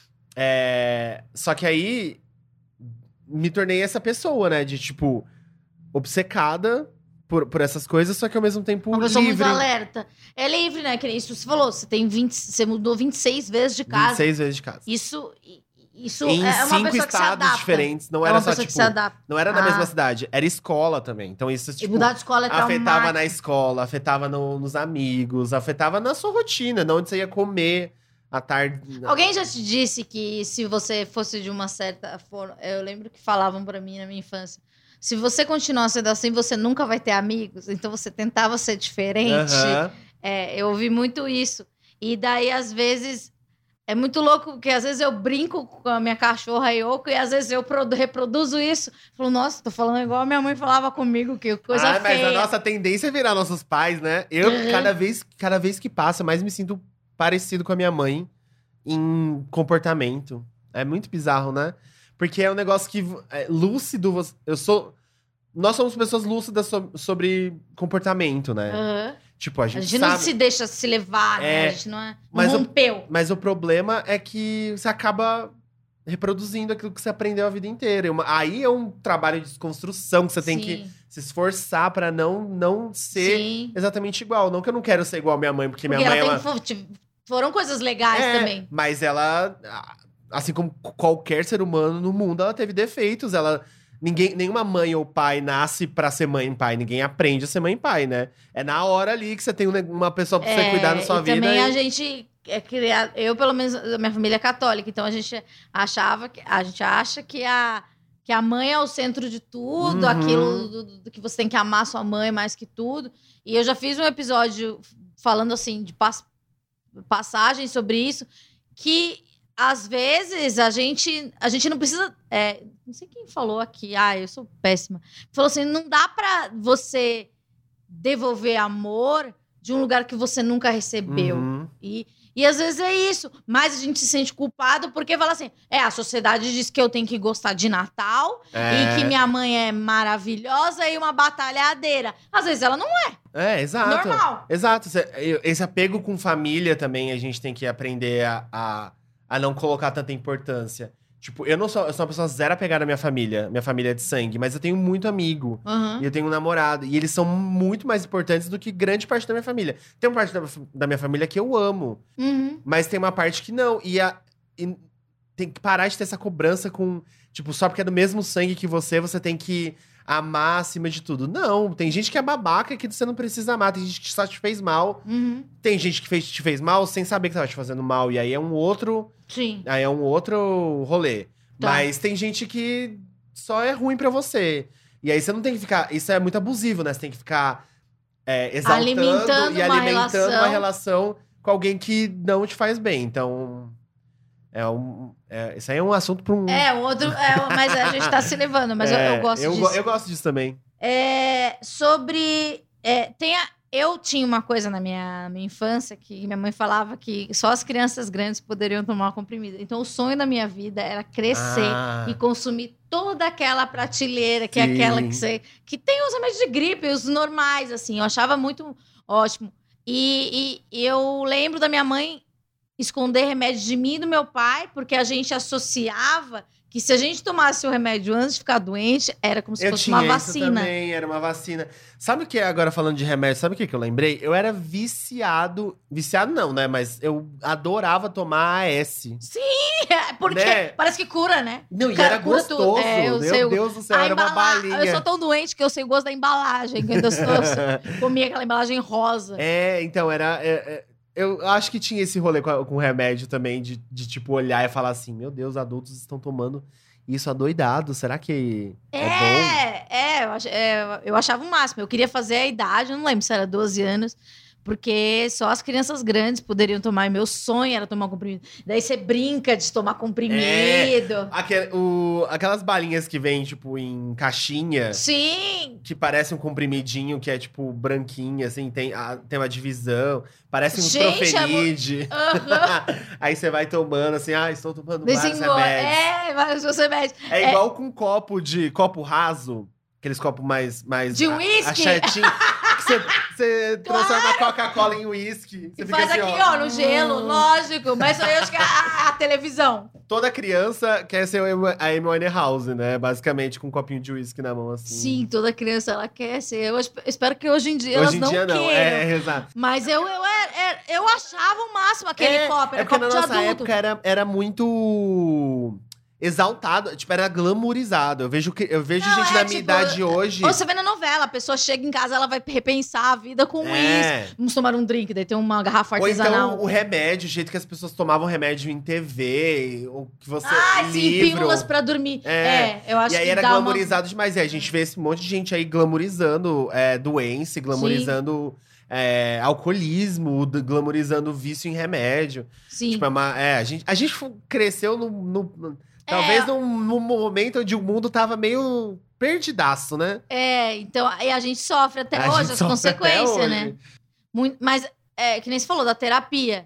Só que aí, me tornei essa pessoa, né? De, tipo, obcecada por essas coisas, só que ao mesmo tempo uma pessoa livre. muito alerta. É livre, né? Que isso você falou, você mudou 26 vezes de casa. 26 vezes de casa. Isso em é uma 5 pessoa que se estados adapta. diferentes. Não É era uma só, pessoa tipo... que se adapta. Não era na mesma cidade. Era escola também. Então isso, tipo... E mudar de escola é afetava traumático. na escola, afetava nos amigos, afetava na sua rotina, de onde você ia comer à tarde. Alguém já te disse que se você fosse de uma certa forma... Eu lembro que falavam pra mim na minha infância. Se você continuar sendo assim, você nunca vai ter amigos. Então você tentava ser diferente. Eu ouvi muito isso. E daí, às vezes... É muito louco, porque às vezes eu brinco com a minha cachorra Yoko e às vezes eu reproduzo isso. Falo, nossa, tô falando igual a minha mãe falava comigo, que coisa feia. Mas a nossa tendência é virar nossos pais, né? Cada vez que passa, mais me sinto parecido com a minha mãe em comportamento. É muito bizarro, né? Porque é um negócio que... lúcido, nós somos pessoas lúcidas sobre comportamento, né? Tipo, a A gente gente sabe... não se deixa se levar, né? É, A gente não é. mas Não o- rompeu. Mas o problema é que você acaba reproduzindo aquilo que você aprendeu a vida inteira. Aí é um trabalho de desconstrução que você tem que se esforçar pra não ser Sim. exatamente igual. Não que eu não quero ser igual a minha mãe, porque Porque minha mãe é ela uma... foram coisas legais também. Mas ela, assim como qualquer ser humano no mundo, ela teve defeitos. Nenhuma mãe ou pai nasce pra ser mãe e pai. Ninguém aprende a ser mãe e pai, né? É na hora ali que você tem uma pessoa pra você cuidar da sua e vida. também a gente é criado. Eu, pelo menos, a minha família é católica, então a gente acha que a mãe é o centro de tudo, Uhum. aquilo do que você tem que amar sua mãe mais que tudo. E eu já fiz um episódio falando assim de passagem sobre isso, que às vezes a gente não precisa. Não sei quem falou aqui, eu sou péssima. Falou assim: não dá pra você devolver amor de um lugar que você nunca recebeu. Uhum. E às vezes é isso, mas a gente se sente culpado porque fala assim: a sociedade diz que eu tenho que gostar de Natal e que minha mãe é maravilhosa e uma batalhadeira. Às vezes ela não é. Exato. Normal. Exato. Esse apego com família também a gente tem que aprender a não colocar tanta importância. Tipo, eu sou uma pessoa zero apegada à minha família é de sangue, mas eu tenho muito amigo. Uhum. E eu tenho um namorado. E eles são muito mais importantes do que grande parte da minha família. Tem uma parte da minha família que eu amo, Uhum. mas tem uma parte que não. E tem que parar de ter essa cobrança com... Tipo, só porque é do mesmo sangue que você tem que amar acima de tudo. Não, tem gente que é babaca que você não precisa amar. Tem gente que só te fez mal. Uhum. Tem gente que te fez mal sem saber que tava te fazendo mal. E aí é um outro... Sim. Aí é um outro rolê. Tá. Mas tem gente que só é ruim pra você. E aí você não tem que ficar... Isso é muito abusivo, né? Você tem que ficar exaltando Alimentando e uma alimentando uma relação. relação com alguém que não te faz bem. Então... isso aí é um assunto pra um... Mas a gente tá se levando, mas eu gosto disso. Eu gosto disso também. Eu tinha uma coisa na minha infância que minha mãe falava que só as crianças grandes poderiam tomar comprimido. Então, o sonho da minha vida era crescer e consumir toda aquela prateleira, que é Sim. aquela que tem os remédios de gripe, os normais, assim. Eu achava muito ótimo. E eu lembro da minha mãe esconder remédio de mim e do meu pai, porque a gente associava que se a gente tomasse o remédio antes de ficar doente, era como se fosse uma vacina. Isso também, era uma vacina. Sabe o que é, agora falando de remédio, sabe o que eu lembrei? Eu era viciado não, né? Mas eu adorava tomar AS. Sim, porque Né? parece que cura, né? Não, e Cara, era cura tudo. gostoso. Eu Meu sei Deus do céu, a era uma balinha. Eu sou tão doente que eu sei o gosto da embalagem, que eu ainda comia aquela embalagem rosa. Então, eu acho que tinha esse rolê com remédio também, de tipo olhar e falar assim: meu Deus, adultos estão tomando isso adoidado, será que é bom? Eu achava o máximo. Eu queria fazer a idade, eu não lembro se era 12 anos, porque só as crianças grandes poderiam tomar. E meu sonho era tomar comprimido. Daí você brinca de tomar comprimido. Aquelas balinhas que vêm, tipo, em caixinha. Sim! Que parece um comprimidinho, que é, tipo, branquinho, assim, tem uma divisão. Parece um Gente, Proferide. Aí você vai tomando, assim, estou tomando vários remédios. Vários remédios. É igual com copo raso. Aqueles copos mais De uísque? achatinho. Que você transforma a Coca-Cola em uísque. E faz aqui, ó, no gelo, lógico. Mas eu acho que a televisão. Toda criança quer ser a Amy Winehouse, né? Basicamente, com um copinho de uísque na mão, assim. Sim, toda criança, ela quer ser. Eu espero que hoje em dia elas não queiram. Não, exato. Mas eu achava o máximo aquele copo. Era porque copo na de nossa adulto. época era muito... exaltado, tipo, era glamourizado. Eu vejo gente da minha idade hoje... Ou você vê na novela, a pessoa chega em casa, ela vai repensar a vida com isso. Vamos tomar um drink, daí tem uma garrafa artesanal. Ou então o remédio, o jeito que as pessoas tomavam remédio em TV, ou que você... Sim, pílulas pra dormir. Eu acho que E aí era glamourizado demais. E a gente vê esse monte de gente aí glamourizando doença, glamourizando... alcoolismo, glamourizando vício em remédio. Sim. Tipo, a gente cresceu talvez num momento onde o mundo tava meio perdidaço, né? Então a gente sofre até hoje as consequências, né? Mas, que nem você falou, da terapia.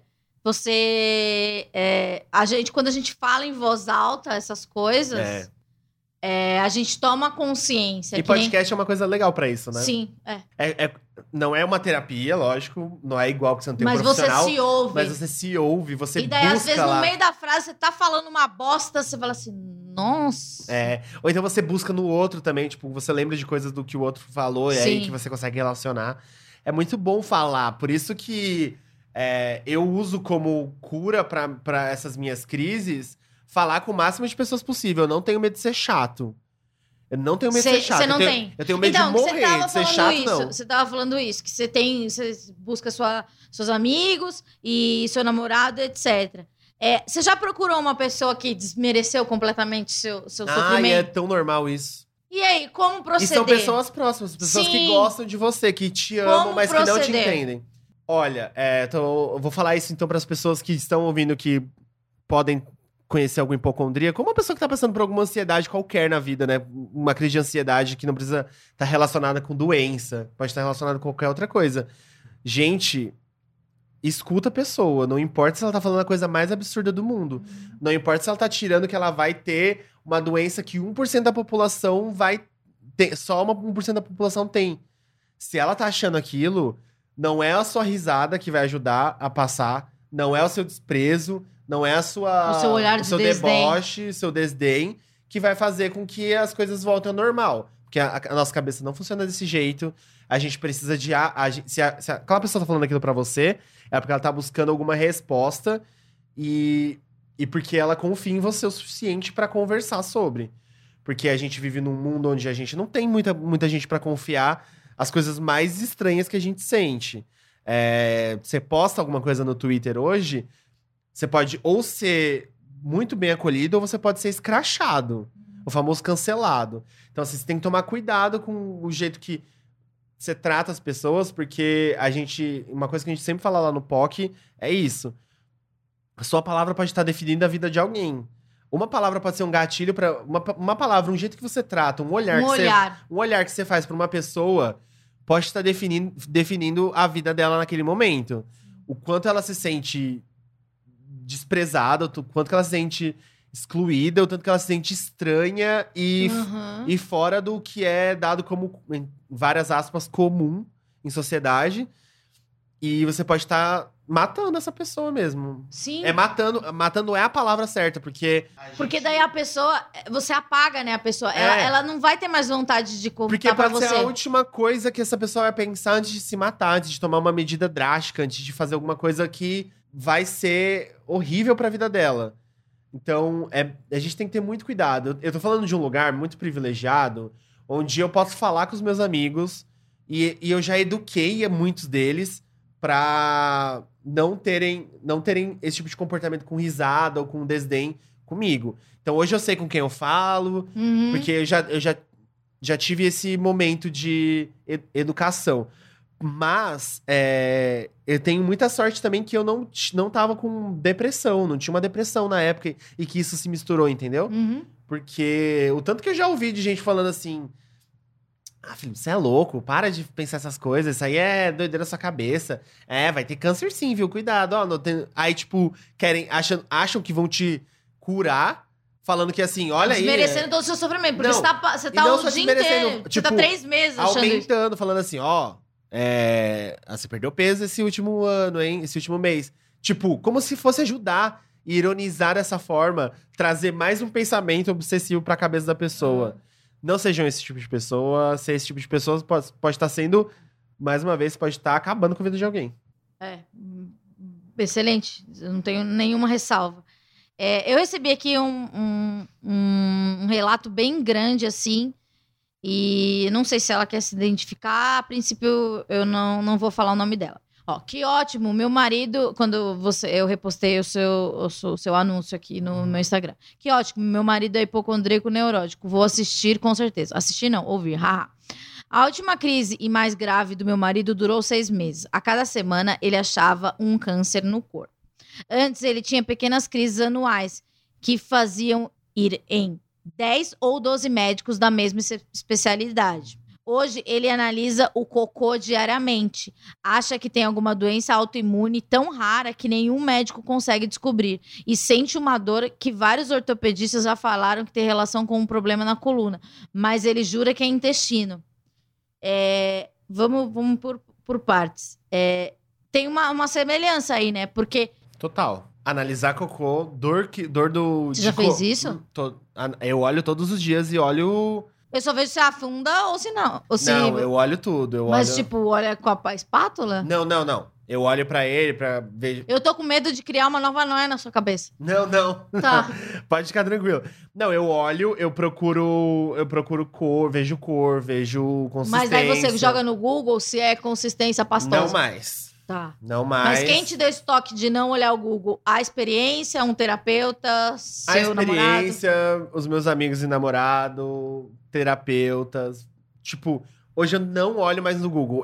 Quando a gente fala em voz alta essas coisas, a gente toma consciência. E podcast é uma coisa legal pra isso, né? Sim, Não é uma terapia, lógico. Não é igual que você não tem um mas profissional. você se ouve. Mas você se ouve, você E daí, busca às vezes, lá. no meio da frase, você tá falando uma bosta, você fala assim, nossa. Ou então você busca no outro também, tipo, você lembra de coisas do que o outro falou e aí Sim. que você consegue relacionar. É muito bom falar, por isso que eu uso como cura pra essas minhas crises falar com o máximo de pessoas possível. Eu não tenho medo de ser chato. Eu não tenho medo de ser chato. Você não tem? Eu tenho medo então, de morrer, você tava de ser falando chato, isso, não. Você tava falando isso, que você busca seus amigos e seu namorado, etc. Você já procurou uma pessoa que desmereceu completamente seu sofrimento? E é tão normal isso. E aí, como proceder? E são pessoas próximas, pessoas que gostam de você, que te amam, mas que não te entendem. Olha, eu vou falar isso então para as pessoas que estão ouvindo que podem conhecer algum hipocondríaco, como uma pessoa que tá passando por alguma ansiedade qualquer na vida, né? Uma crise de ansiedade que não precisa estar relacionada com doença, pode estar relacionada com qualquer outra coisa. Gente, escuta a pessoa, não importa se ela tá falando a coisa mais absurda do mundo. Não importa se ela tá tirando que ela vai ter uma doença que 1% da população vai ter, só 1% da população tem. Se ela tá achando aquilo, não é a sua risada que vai ajudar a passar, não é o seu desprezo, não é o seu olhar de deboche, seu desdém, que vai fazer com que as coisas voltem ao normal. Porque a nossa cabeça não funciona desse jeito. A gente precisa de... Se aquela pessoa tá falando aquilo pra você, é porque ela tá buscando alguma resposta e porque ela confia em você o suficiente pra conversar sobre. Porque a gente vive num mundo onde a gente não tem muita gente pra confiar as coisas mais estranhas que a gente sente. Você posta alguma coisa no Twitter hoje... Você pode ou ser muito bem acolhido, ou você pode ser escrachado. O famoso cancelado. Então, assim, você tem que tomar cuidado com o jeito que você trata as pessoas, porque uma coisa que a gente sempre fala lá no POC é isso. A sua palavra pode estar definindo a vida de alguém. Uma palavra pode ser um gatilho para uma palavra, um jeito que você trata, um olhar que você faz para uma pessoa pode estar definindo a vida dela naquele momento. O quanto ela se sente desprezada, o quanto que ela se sente excluída, o tanto que ela se sente estranha e fora do que é dado como, em várias aspas, comum em sociedade. E você pode estar matando essa pessoa mesmo. Sim. Matando é a palavra certa, porque... Porque daí a pessoa... Você apaga, né, a pessoa. Ela não vai ter mais vontade de contar pra você. Porque pode ser a última coisa que essa pessoa vai pensar antes de se matar, antes de tomar uma medida drástica, antes de fazer alguma coisa que vai ser horrível pra vida dela. Então, a gente tem que ter muito cuidado. Eu tô falando de um lugar muito privilegiado, onde eu posso falar com os meus amigos, e eu já eduquei muitos deles pra não terem esse tipo de comportamento com risada ou com desdém comigo. Então, hoje eu sei com quem eu falo, porque eu já tive esse momento de educação. Mas eu tenho muita sorte também que eu não tava com depressão, não tinha uma depressão na época e que isso se misturou, entendeu? Porque o tanto que eu já ouvi de gente falando assim: ah, Felipe, você é louco, para de pensar essas coisas, isso aí é doideira da sua cabeça. Vai ter câncer sim, viu? Cuidado, ó. Aí, tipo, acham que vão te curar. Falando que assim, olha aí... Desmerecendo todo o seu sofrimento, porque você tá o dia inteiro, você tá 3 meses achando aumentando, isso. falando assim, ó... você perdeu peso esse último ano, hein? Esse último mês. Tipo, como se fosse ajudar e ironizar dessa forma, trazer mais um pensamento obsessivo pra cabeça da pessoa. Não sejam esse tipo de pessoa. Ser esse tipo de pessoa pode estar sendo, mais uma vez, pode estar acabando com a vida de alguém. Excelente. Eu não tenho nenhuma ressalva. Eu recebi aqui um relato bem grande, assim, e não sei se ela quer se identificar. A princípio, eu não vou falar o nome dela. Ó, que ótimo, meu marido... Quando eu repostei o seu anúncio aqui no meu Instagram. Que ótimo, meu marido é hipocondríaco neurótico. Vou assistir, com certeza. Assistir não, ouvir, haha. A última crise e mais grave do meu marido durou 6 meses. A cada semana, ele achava um câncer no corpo. Antes, ele tinha pequenas crises anuais que faziam ir em 10 ou 12 médicos da mesma especialidade. Hoje, ele analisa o cocô diariamente. Acha que tem alguma doença autoimune tão rara que nenhum médico consegue descobrir. E sente uma dor que vários ortopedistas já falaram que tem relação com um problema na coluna. Mas ele jura que é intestino. Vamos por partes. Tem uma semelhança aí, né? Porque... Total. Analisar cocô, dor do... Você já fez isso? Eu olho todos os dias e olho... Eu só vejo se afunda ou se não. Ou se... Não, eu olho tudo. Mas, tipo, olha com a espátula? Não. Eu olho pra ele pra ver... Eu tô com medo de criar uma nova noia na sua cabeça. Não. Tá. Pode ficar tranquilo. Não, eu olho, eu procuro cor, vejo consistência. Mas daí você joga no Google se é consistência pastosa. Não mais. Tá. Não mais. Mas quem te deu esse toque de não olhar o Google? A experiência, um terapeuta, seu namorado? A experiência, os meus amigos e namorado, terapeutas. Tipo, hoje eu não olho mais no Google.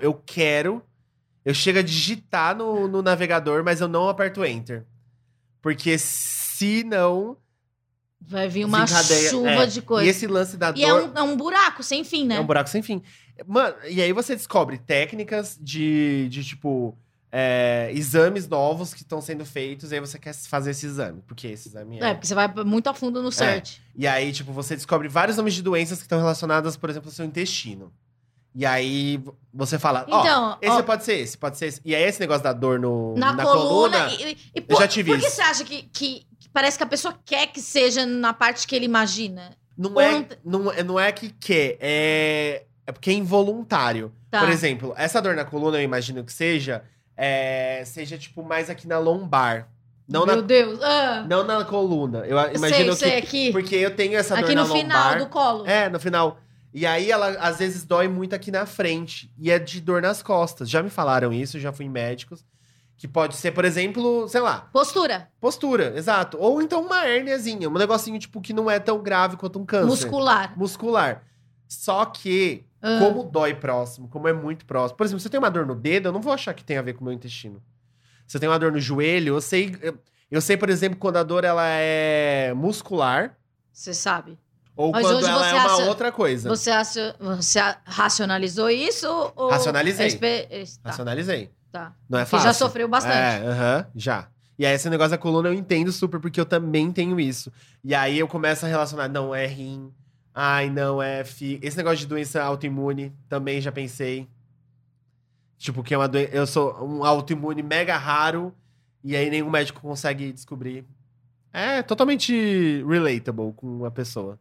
Eu chego a digitar no navegador, mas eu não aperto Enter. Porque se não... Vai vir uma chuva de coisa. E esse lance da dor... E é um buraco sem fim, né? É um buraco sem fim. Mano, e aí você descobre técnicas de tipo... exames novos que estão sendo feitos, e aí você quer fazer esse exame. Porque esse exame porque você vai muito a fundo no search. E aí, tipo, você descobre vários nomes de doenças que estão relacionadas, por exemplo, ao seu intestino. E aí, você fala, então, esse pode ser esse, pode ser esse. E aí, esse negócio da dor na coluna eu já tive isso. Por que isso. você acha que parece que a pessoa quer que seja na parte que ele imagina? Não é que quer, é porque é involuntário. Tá. Por exemplo, essa dor na coluna, eu imagino que seja tipo, mais aqui na lombar. Meu Deus. Não na coluna. Eu imagino sei, aqui. Porque eu tenho essa dor na lombar. Aqui no final do colo. No final. E aí, ela às vezes dói muito aqui na frente. E é de dor nas costas. Já me falaram isso, já fui em médicos. Que pode ser, por exemplo, sei lá. Postura, exato. Ou então uma hérniazinha. Um negocinho, tipo, que não é tão grave quanto um câncer. Muscular. Só que, como dói próximo, como é muito próximo. Por exemplo, se eu tenho uma dor no dedo, eu não vou achar que tem a ver com o meu intestino. Se eu tenho uma dor no joelho, eu sei, por exemplo, quando a dor ela é muscular. Você sabe. Ou mas quando ela é uma outra coisa. Você racionalizou isso? Ou Racionalizei. Racionalizei. Tá. Não é porque fácil. Já sofreu bastante. Já. E aí esse negócio da coluna eu entendo super, porque eu também tenho isso. E aí eu começo a relacionar, não, é rim. Ai, não, esse negócio de doença autoimune, também já pensei. Tipo, que é uma doença... Eu sou um autoimune mega raro, e aí nenhum médico consegue descobrir. É totalmente relatable com a pessoa.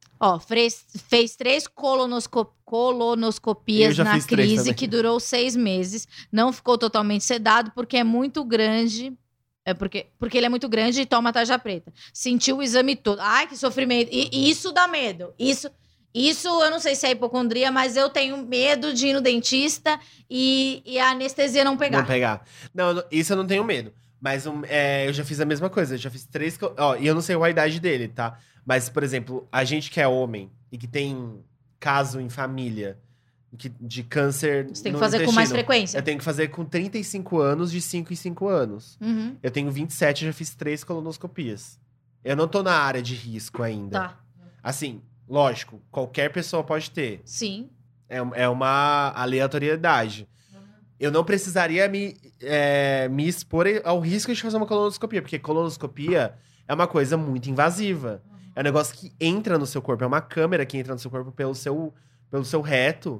Fez 3 colonoscopias na crise, que durou 6 meses. Não ficou totalmente sedado, porque é muito grande. Porque ele é muito grande e toma tarja preta. Sentiu o exame todo. Ai, que sofrimento. E isso dá medo. Isso eu não sei se é hipocondria, mas eu tenho medo de ir no dentista e a anestesia não pegar. Não, isso eu não tenho medo. Mas eu já fiz a mesma coisa. Eu já fiz 3... e eu não sei a idade dele, tá? Mas, por exemplo, a gente que é homem e que tem caso em família de câncer. Você tem que fazer com mais frequência. Eu tenho que fazer com 35 anos, de 5 em 5 anos. Uhum. Eu tenho 27 e já fiz 3 colonoscopias. Eu não tô na área de risco ainda. Tá. Assim, lógico, qualquer pessoa pode ter. Sim. É uma aleatoriedade. Eu não precisaria me expor ao risco de fazer uma colonoscopia, porque colonoscopia é uma coisa muito invasiva. É um negócio que entra no seu corpo, é uma câmera que entra no seu corpo pelo seu reto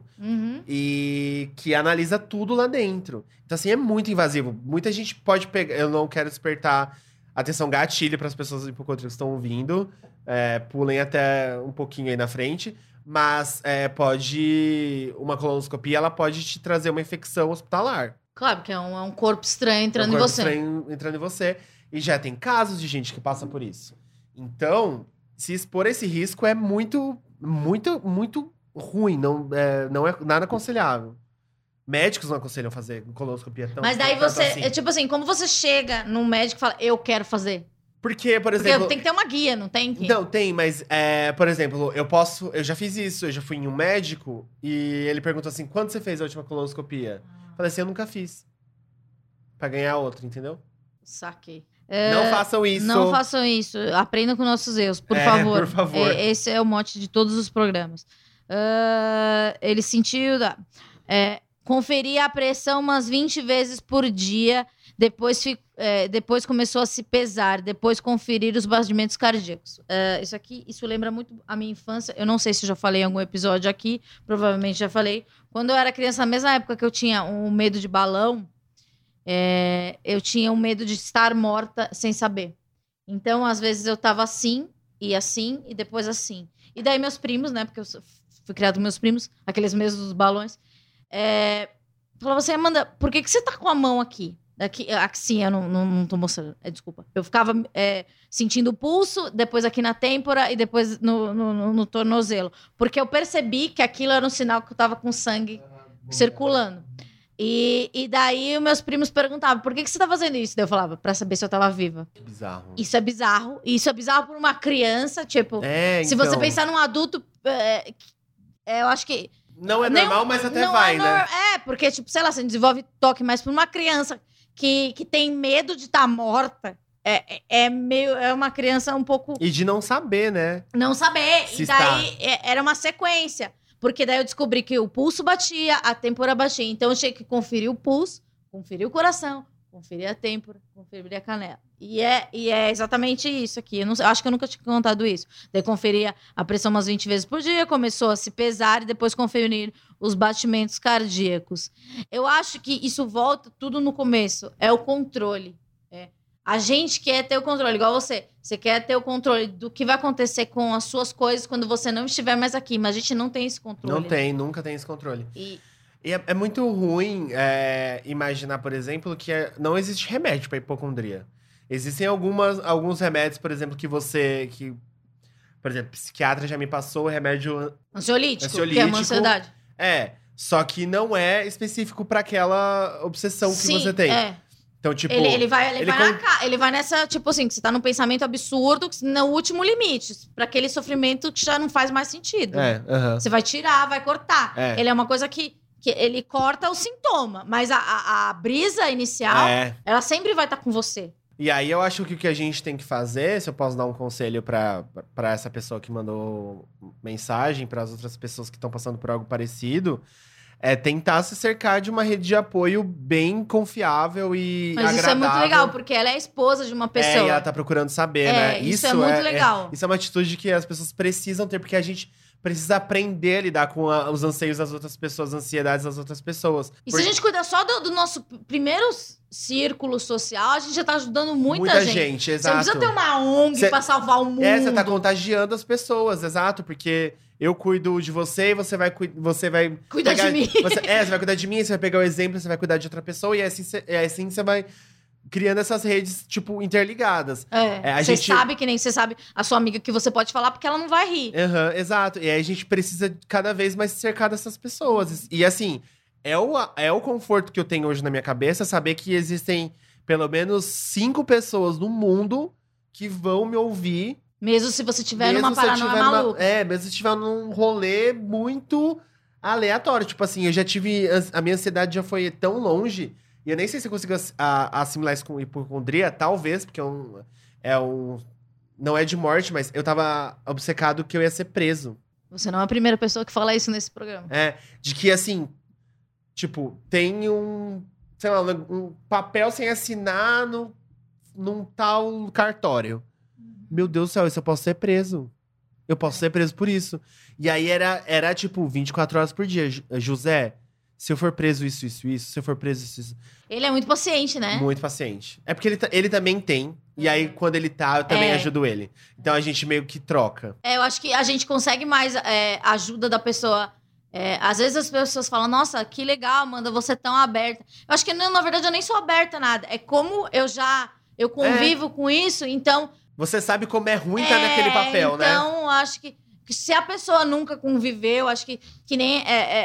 e que analisa tudo lá dentro. Então, assim, é muito invasivo. Muita gente pode pegar... Eu não quero despertar atenção gatilho para as pessoas hipocondríacas que estão ouvindo. Pulem até um pouquinho aí na frente. Mas uma colonoscopia, ela pode te trazer uma infecção hospitalar. Claro, porque é um corpo estranho entrando em você. Estranho entrando em você. E já tem casos de gente que passa por isso. Então, se expor a esse risco é muito, muito, muito ruim. Não é nada aconselhável. Médicos não aconselham fazer colonoscopia tão... Mas daí você... Assim. Tipo assim, como você chega num médico e fala, eu quero fazer? Porque, por exemplo... Porque tem que ter uma guia, não tem? Não, tem, mas, por exemplo, eu já fiz isso, eu já fui em um médico e ele perguntou assim, quando você fez a última colonoscopia? Falei assim, eu nunca fiz. Pra ganhar outra, entendeu? Saquei. Não façam isso. Não façam isso. Aprendam com nossos erros, por favor. Por favor. Esse é o mote de todos os programas. Ele sentiu... conferia a pressão umas 20 vezes por dia, depois começou a se pesar, depois conferir os batimentos cardíacos. Isso lembra muito a minha infância. Eu não sei se eu já falei em algum episódio aqui, provavelmente já falei. Quando eu era criança, na mesma época que eu tinha um medo de balão, eu tinha um medo de estar morta sem saber. Então, às vezes, eu tava assim, e depois assim. E daí meus primos, né, porque eu fui criado com meus primos, aqueles mesmos dos balões, falava assim, Amanda, por que você tá com a mão aqui? Aqui sim, eu não tô mostrando, desculpa. Eu ficava sentindo o pulso, depois aqui na têmpora e depois no tornozelo. Porque eu percebi que aquilo era um sinal que eu tava com sangue circulando. E daí os meus primos perguntavam, por que você tá fazendo isso? Daí eu falava, pra saber se eu tava viva. Bizarro. Isso é bizarro. E isso é bizarro por uma criança, tipo... Se então... você pensar num adulto, eu acho que... Não é normal, mas até vai, né? Porque, tipo, sei lá, você desenvolve toque, mas pra uma criança que tem medo de estar morta, é uma criança um pouco... E de não saber, né? Não saber. E daí era uma sequência. Porque daí eu descobri que o pulso batia, a têmpora batia. Então eu tinha que conferir o pulso, conferir o coração, conferir a têmpora, conferir a canela. E é exatamente isso aqui. Eu acho que eu nunca tinha contado isso. Daí conferia a pressão umas 20 vezes por dia, começou a se pesar e depois conferir os batimentos cardíacos. Eu acho que isso volta tudo no começo. É o controle. A gente quer ter o controle, igual você. Você quer ter o controle do que vai acontecer com as suas coisas quando você não estiver mais aqui. Mas a gente não tem esse controle. Não tem, nunca tem esse controle. E é muito ruim imaginar, por exemplo, que não existe remédio para hipocondria. Existem alguns remédios, por exemplo, por exemplo, psiquiatra já me passou o remédio... Ansiolítico, que é uma ansiedade. Só que não é específico para aquela obsessão que você tem. Então, tipo... Ele vai nessa, tipo assim, que você tá num pensamento absurdo, no último limite. Pra aquele sofrimento que já não faz mais sentido. Você vai tirar, vai cortar. Ele é uma coisa que ele corta o sintoma. Mas a brisa inicial, ela sempre vai estar com você. E aí, eu acho que o que a gente tem que fazer, se eu posso dar um conselho pra essa pessoa que mandou mensagem, para as outras pessoas que estão passando por algo parecido... É tentar se cercar de uma rede de apoio bem confiável e agradável. Mas isso é muito legal, porque ela é a esposa de uma pessoa. E ela tá procurando saber, né? Isso é muito legal. Isso é uma atitude que as pessoas precisam ter, porque a gente precisa aprender a lidar com os anseios das outras pessoas, as ansiedades das outras pessoas. Se a gente cuidar só do nosso primeiro círculo social, a gente já tá ajudando muita gente. Exato. Você não precisa ter uma ONG pra salvar o mundo. Você tá contagiando as pessoas, exato, porque... Eu cuido de você e você vai cuidar de mim. Você vai cuidar de mim, você vai pegar o exemplo, você vai cuidar de outra pessoa. E assim você vai criando essas redes, tipo, interligadas. Você sabe que nem você sabe a sua amiga que você pode falar porque ela não vai rir. Exato. E aí a gente precisa cada vez mais se cercar dessas pessoas. E assim, é o conforto que eu tenho hoje na minha cabeça, saber que existem pelo menos 5 pessoas no mundo que vão me ouvir. Mesmo se você estiver numa paranoia maluca. Mesmo se estiver num rolê muito aleatório. Tipo assim, eu já tive... A minha ansiedade já foi tão longe. E eu nem sei se eu consigo assimilar isso com hipocondria. Talvez, porque não é de morte, mas eu tava obcecado que eu ia ser preso. Você não é a primeira pessoa que fala isso nesse programa. De que assim... Tipo, tem sei lá, um papel sem assinar num tal cartório. Meu Deus do céu, isso eu posso ser preso. Eu posso ser preso por isso. E aí era tipo 24 horas por dia. José, se eu for preso isso, se eu for preso isso. Ele é muito paciente, né? Muito paciente. É porque ele também tem. E aí, quando ele tá, eu também ajudo ele. Então a gente meio que troca. Eu acho que a gente consegue mais ajuda da pessoa. Às vezes as pessoas falam, nossa, que legal, Amanda, você é tão aberta. Eu acho que, na verdade, eu nem sou aberta a nada. É como eu convivo com isso, então... Você sabe como é ruim estar naquele papel, né? Então, acho que se a pessoa nunca conviveu, acho que nem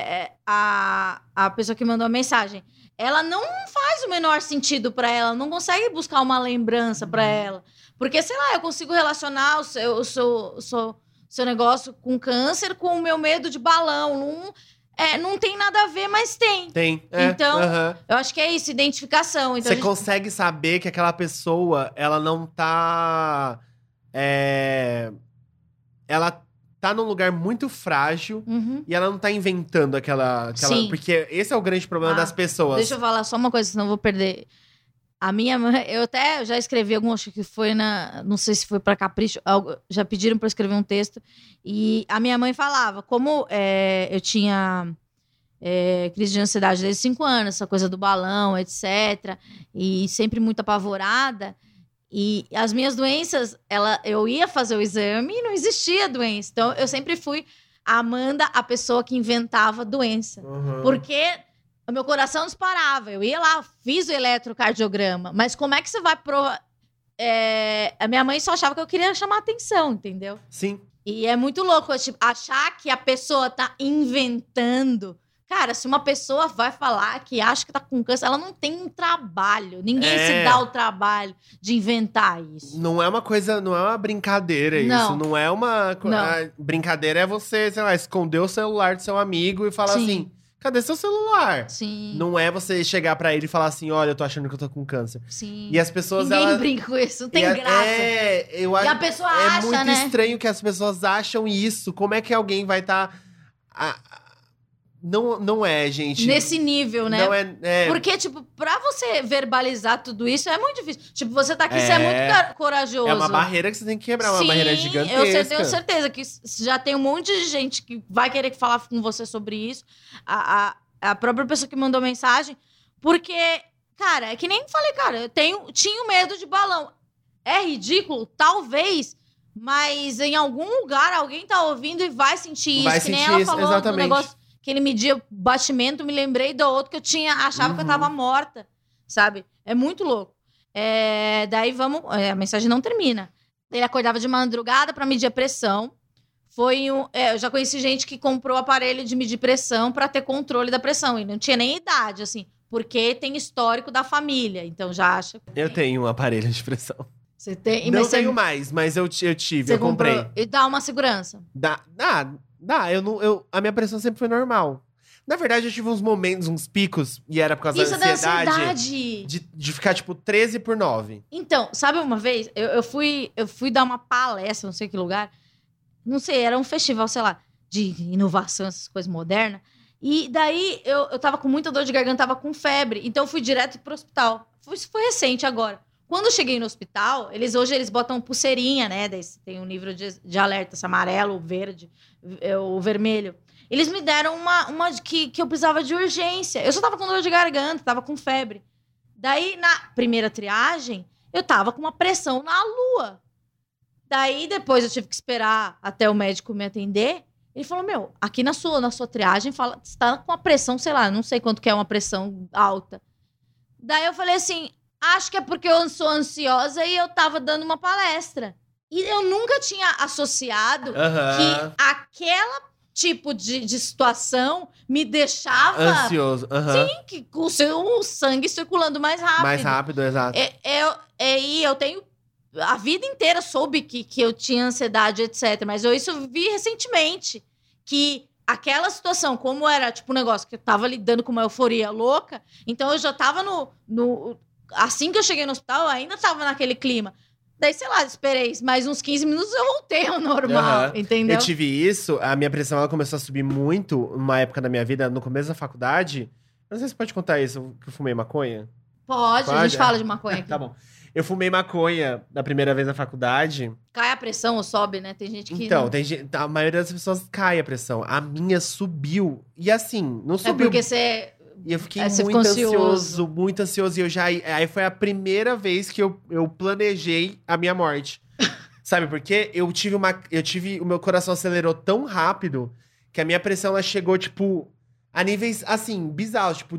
a pessoa que mandou a mensagem, ela não faz o menor sentido pra ela, não consegue buscar uma lembrança pra ela. Porque, sei lá, eu consigo relacionar o seu negócio com câncer com o meu medo de balão. Não tem nada a ver, mas tem. Tem. Então, eu acho que é isso, identificação. Então, você consegue saber que aquela pessoa, ela não tá... tá num lugar muito frágil Uhum. e ela não tá inventando aquela... Sim. Porque esse é o grande problema das pessoas. Deixa eu falar só uma coisa, senão eu vou perder. A minha mãe, eu já escrevi acho que foi não sei se foi pra Capricho, já pediram pra eu escrever um texto. E a minha mãe falava, como eu tinha crise de ansiedade desde 5 anos, essa coisa do balão, etc. E sempre muito apavorada. E as minhas doenças, eu ia fazer o exame e não existia doença. Então, eu sempre fui a Amanda, a pessoa que inventava doença. Uhum. Porque o meu coração disparava. Eu ia lá, fiz o eletrocardiograma. Mas como é que você vai provar? A minha mãe só achava que eu queria chamar atenção, entendeu? Sim. E é muito louco, tipo, achar que a pessoa tá inventando. Cara, se uma pessoa vai falar que acha que tá com câncer, ela não tem um trabalho. Ninguém se dá o trabalho de inventar isso. Não é uma coisa, não é uma brincadeira Não. isso. Não é uma... Não. A brincadeira é você, sei lá, esconder o celular do seu amigo e falar Sim. assim, cadê seu celular? Sim. Não é você chegar pra ele e falar assim, olha, eu tô achando que eu tô com câncer. Sim. E as pessoas, Ninguém elas... brinca com isso, não tem E graça. eu E acho... a pessoa É acha, muito né? estranho que as pessoas acham isso. Como é que alguém vai estar... Não é, gente. Nesse nível, né? Não é... Porque, tipo, pra você verbalizar tudo isso é muito difícil. Tipo, você tá aqui, você é muito corajoso. É uma barreira que você tem que quebrar, uma Sim, barreira gigantesca. Eu tenho certeza que já tem um monte de gente que vai querer falar com você sobre isso. A própria pessoa que mandou mensagem. Porque, cara, é que nem falei, cara, tinha medo de balão. É ridículo? Talvez. Mas em algum lugar alguém tá ouvindo e vai sentir isso. Vai que nem sentir ela isso, falou exatamente. do negócio que ele media o batimento, me lembrei do outro que eu achava que eu tava morta, sabe? É muito louco. Daí a mensagem não termina. Ele acordava de madrugada pra medir a pressão. Eu já conheci gente que comprou aparelho de medir pressão pra ter controle da pressão. E não tinha nem idade, assim, porque tem histórico da família. Então já acha. Eu tenho um aparelho de pressão. Você tem. Não tenho mais, mas eu tive, eu comprei. Comprou, e dá uma segurança. Dá. A minha pressão sempre foi normal. Na verdade, eu tive uns momentos, uns picos, e era por causa Isso da é da ansiedade. ansiedade. De ficar, tipo, 13/9. Então, sabe uma vez, eu fui dar uma palestra, não sei que lugar. Não sei, era um festival, sei lá, de inovação, essas coisas modernas. E daí, eu tava com muita dor de garganta, tava com febre. Então, eu fui direto pro hospital. Isso foi recente agora. Quando eu cheguei no hospital, hoje eles botam pulseirinha, né? Daí tem um nível de alerta, amarelo, verde, o vermelho. Eles me deram uma que eu precisava de urgência. Eu só tava com dor de garganta, tava com febre. Daí, na primeira triagem, eu tava com uma pressão na lua. Daí, depois eu tive que esperar até o médico me atender. Ele falou, aqui na sua triagem, você tá com uma pressão, sei lá, não sei quanto que é uma pressão alta. Daí eu falei assim, acho que é porque eu sou ansiosa e eu tava dando uma palestra. E eu nunca tinha associado que aquela tipo de situação me deixava... Ansioso. Sim, que com o seu sangue circulando mais rápido. Mais rápido, exato. E eu tenho... A vida inteira soube que eu tinha ansiedade, etc. Mas eu vi recentemente que aquela situação, como era tipo um negócio que eu tava lidando com uma euforia louca, então eu já tava assim que eu cheguei no hospital, eu ainda tava naquele clima. Daí, sei lá, esperei mais uns 15 minutos, eu voltei ao normal, entendeu? Eu tive isso, a minha pressão ela começou a subir muito numa época da minha vida, no começo da faculdade. Eu não sei se pode contar isso, que eu fumei maconha. Pode? A gente fala de maconha aqui. Tá bom. Eu fumei maconha da primeira vez na faculdade. Cai a pressão ou sobe, né? Tem gente que... Então, a maioria das pessoas cai a pressão. A minha subiu. E assim, não subiu. É porque você... E eu fiquei você muito ficou ansioso, muito ansioso. E aí foi a primeira vez que eu planejei a minha morte. Sabe por quê? O meu coração acelerou tão rápido que a minha pressão ela chegou, tipo, a níveis, assim, bizarros. Tipo,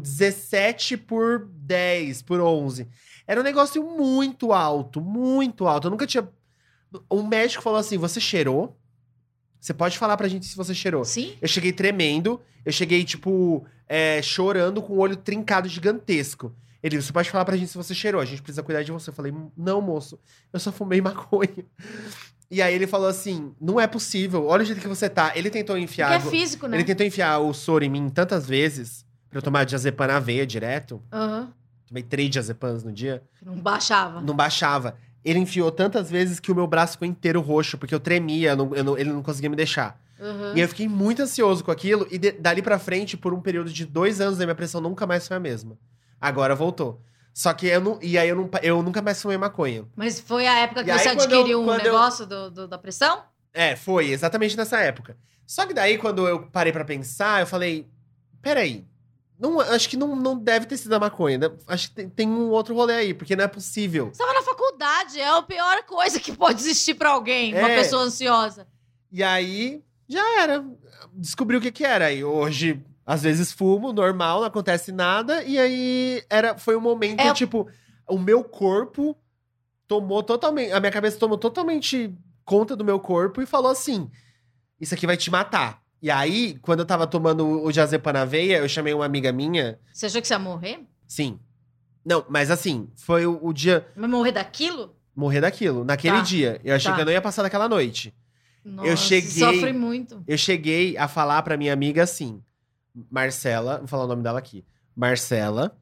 17/10/11. Era um negócio muito alto, muito alto. Eu nunca tinha... Um médico falou assim, você cheirou? Você pode falar pra gente se você cheirou. Sim. Eu cheguei tremendo. Eu cheguei, tipo, chorando com o olho trincado gigantesco. Ele disse, você pode falar pra gente se você cheirou. A gente precisa cuidar de você. Eu falei, não, moço. Eu só fumei maconha. E aí ele falou assim, não é possível. Olha o jeito que você tá. Ele tentou enfiar... Porque é físico, né? Ele tentou enfiar o soro em mim tantas vezes pra eu tomar diazepam na veia direto. Aham. Tomei 3 diazepams no dia. Não baixava. Não baixava. ele enfiou tantas vezes que o meu braço ficou inteiro roxo, porque eu tremia, ele não conseguia me deixar. Uhum. E eu fiquei muito ansioso com aquilo, e dali pra frente, por um período de 2 anos, a minha pressão nunca mais foi a mesma. Agora voltou. Só que eu nunca mais fumei maconha. Mas foi a época que E aí, você adquiriu quando um negócio da pressão? Foi exatamente nessa época. Só que daí, quando eu parei pra pensar, eu falei, peraí, acho que não deve ter sido a maconha, né? Acho que tem um outro rolê aí, porque não é possível. Você tava na faculdade, é a pior coisa que pode existir pra alguém, uma pessoa ansiosa. E aí, já era. Descobri o que era. E hoje, às vezes fumo, normal, não acontece nada. E aí, foi um momento, tipo, o meu corpo tomou totalmente... A minha cabeça tomou totalmente conta do meu corpo e falou assim, isso aqui vai te matar. E aí, quando eu tava tomando o diazepam na veia, eu chamei uma amiga minha... Você achou que você ia morrer? Sim. Não, mas assim, foi o dia... Mas morrer daquilo? Morrer daquilo, naquele dia. Eu achei que eu não ia passar daquela noite. Nossa, sofre muito. Eu cheguei a falar pra minha amiga assim, Marcela, vou falar o nome dela aqui. Marcela,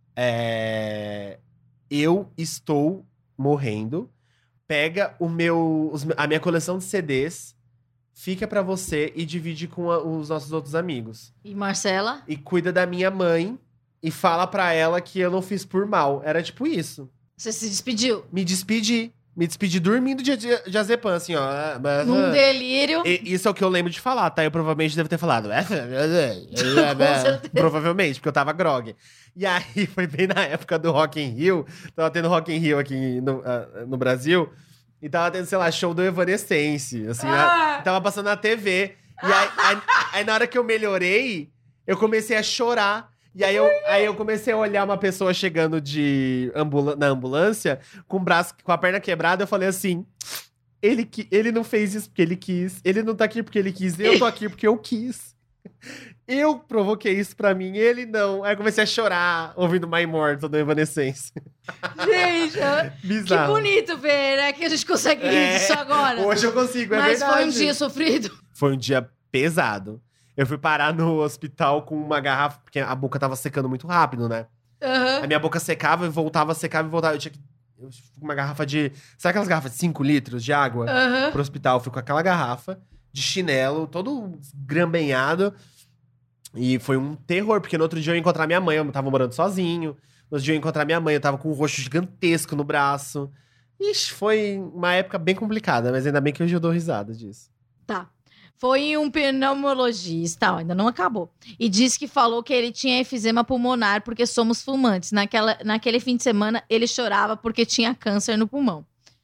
eu estou morrendo. Pega a minha coleção de CDs, fica pra você e divide com os nossos outros amigos. E Marcela? E cuida da minha mãe e fala pra ela que eu não fiz por mal. Era tipo isso. Você se despediu? Me despedi dormindo de diazepam, assim, ó. Num delírio. Isso é o que eu lembro de falar, tá? Eu provavelmente devo ter falado. Provavelmente, porque eu tava grog. E aí, foi bem na época do Rock in Rio. Tava tendo Rock in Rio aqui no Brasil. E tava tendo, sei lá, show do Evanescence, assim. Tava passando na TV. E aí, na hora que eu melhorei, eu comecei a chorar. E aí eu comecei a olhar uma pessoa chegando na ambulância com o braço, com a perna quebrada. Eu falei assim, ele não fez isso porque ele quis. Ele não tá aqui porque ele quis. Eu tô aqui porque eu quis. Eu provoquei isso pra mim, ele não. Aí eu comecei a chorar ouvindo My Immortal do Evanescence. Gente, bizarro. Que bonito ver, né? Que a gente consegue rir disso agora. Hoje eu consigo, Mas verdade. foi um dia sofrido. Foi um dia pesado. Eu fui parar no hospital com uma garrafa, porque a boca tava secando muito rápido, né? Uhum. A minha boca secava e voltava, secava e voltava. Eu fui com uma garrafa de... Sabe aquelas garrafas de 5 litros de água? Pro hospital. Eu fui com aquela garrafa de chinelo, todo grambenhado. E foi um terror, porque no outro dia eu ia encontrar minha mãe. Eu tava morando sozinho. No outro dia eu ia encontrar minha mãe. Eu tava com um roxo gigantesco no braço. Ixi, foi uma época bem complicada. Mas ainda bem que hoje eu dou risada disso. Tá. Foi um pneumologista, ainda não acabou. E disse que falou que ele tinha efizema pulmonar porque somos fumantes. Naquele fim de semana, ele chorava porque tinha câncer no pulmão.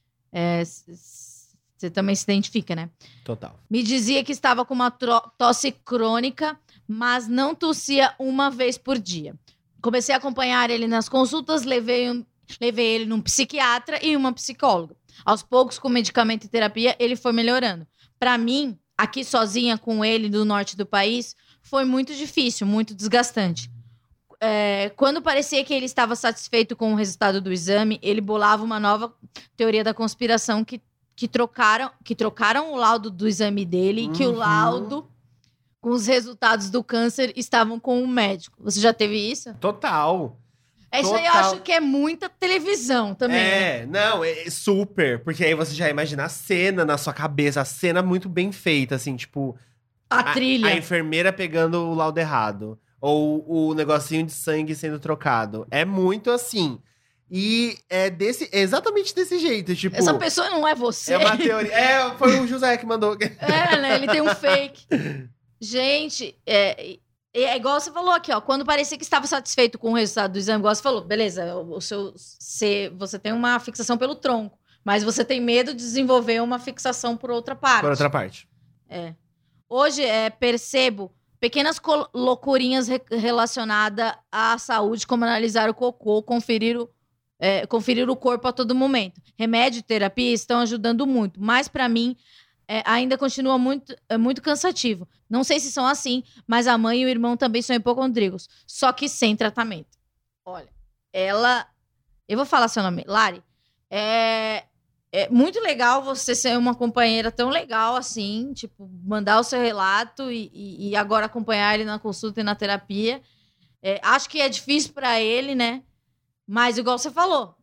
Você também se identifica, né? Total. Me dizia que estava com uma tosse crônica, mas não tossia uma vez por dia. Comecei a acompanhar ele nas consultas, levei ele num psiquiatra e uma psicóloga. Aos poucos, com medicamento e terapia, ele foi melhorando. Para mim, aqui sozinha com ele do norte do país, foi muito difícil, muito desgastante. Quando parecia que ele estava satisfeito com o resultado do exame, ele bolava uma nova teoria da conspiração que trocaram o laudo do exame dele e que o laudo com os resultados do câncer estavam com o médico. Você já teve isso? Total. Isso aí eu acho que é muita televisão também. Não, é super. Porque aí você já imagina a cena na sua cabeça, a cena muito bem feita, assim, tipo... A trilha. A enfermeira pegando o laudo errado. Ou o negocinho de sangue sendo trocado. É muito assim. E é exatamente desse jeito, tipo... Essa pessoa não é você. É uma teoria... Foi o José que mandou. Né? Ele tem um fake. Gente, é igual você falou aqui, ó. Quando parecia que estava satisfeito com o resultado do exame, igual você falou, beleza, você tem uma fixação pelo tronco, mas você tem medo de desenvolver uma fixação por outra parte. Por outra parte. Hoje, percebo pequenas loucurinhas relacionadas à saúde, como analisar o cocô, conferir o corpo a todo momento. Remédio e terapia estão ajudando muito, mas para mim ainda continua muito cansativo. Não sei se são assim, mas a mãe e o irmão também são hipocondríacos, só que sem tratamento. Olha, eu vou falar seu nome, Lari. É muito legal você ser uma companheira tão legal assim, tipo, mandar o seu relato e agora acompanhar ele na consulta e na terapia. Acho que é difícil para ele, né? Mas igual você falou,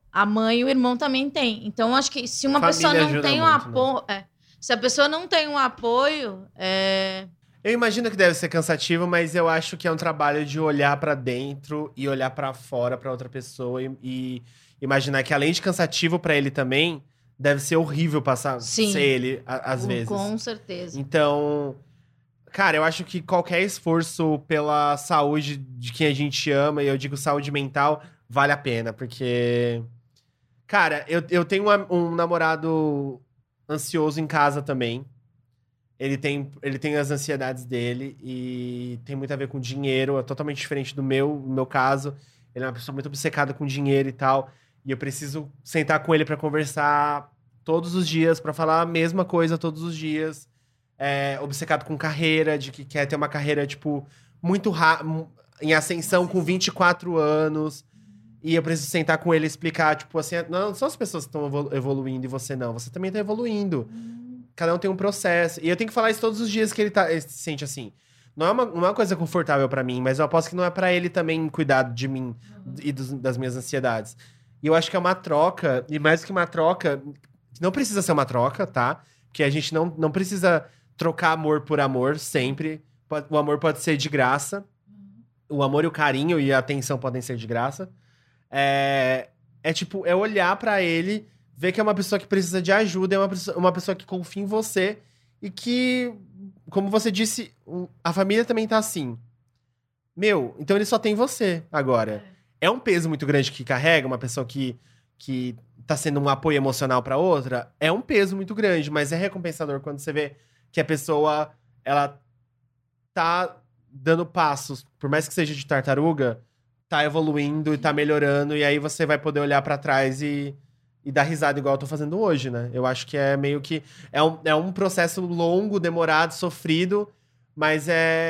a mãe e o irmão também têm. Então, acho que se uma Família pessoa não ajuda tem um muito, apoio... se a pessoa não tem um apoio... Eu imagino que deve ser cansativo, mas eu acho que é um trabalho de olhar pra dentro e olhar pra fora pra outra pessoa e imaginar que além de cansativo pra ele também, deve ser horrível passar Sim. ser ele às vezes. Com certeza. Então, cara, eu acho que qualquer esforço pela saúde de quem a gente ama, e eu digo saúde mental, vale a pena, porque cara, eu tenho um namorado ansioso em casa também. Ele tem as ansiedades dele e tem muito a ver com dinheiro. É totalmente diferente do meu caso. Ele é uma pessoa muito obcecada com dinheiro e tal. E eu preciso sentar com ele pra conversar todos os dias, pra falar a mesma coisa todos os dias. Obcecado com carreira, de que quer ter uma carreira, tipo, muito em ascensão com 24 anos. E eu preciso sentar com ele e explicar, tipo assim, não são as pessoas que estão evoluindo e você não. Você também tá evoluindo. Cada um tem um processo. E eu tenho que falar isso todos os dias que ele se sente assim. Não é uma coisa confortável pra mim, mas eu aposto que não é pra ele também cuidar de mim e das minhas ansiedades. E eu acho que é uma troca, e mais que uma troca, não precisa ser uma troca, tá? Porque a gente não precisa trocar amor por amor sempre. O amor pode ser de graça. O amor e o carinho e a atenção podem ser de graça. É olhar pra ele, ver que é uma pessoa que precisa de ajuda, é uma pessoa que confia em você e que, como você disse, a família também tá assim. Então ele só tem você agora. É um peso muito grande que carrega uma pessoa que tá sendo um apoio emocional pra outra. É um peso muito grande, mas é recompensador quando você vê que a pessoa, ela tá dando passos, por mais que seja de tartaruga, tá evoluindo e tá melhorando, e aí você vai poder olhar pra trás e dar risada igual eu tô fazendo hoje, né? Eu acho que é meio que... É um processo longo, demorado, sofrido, mas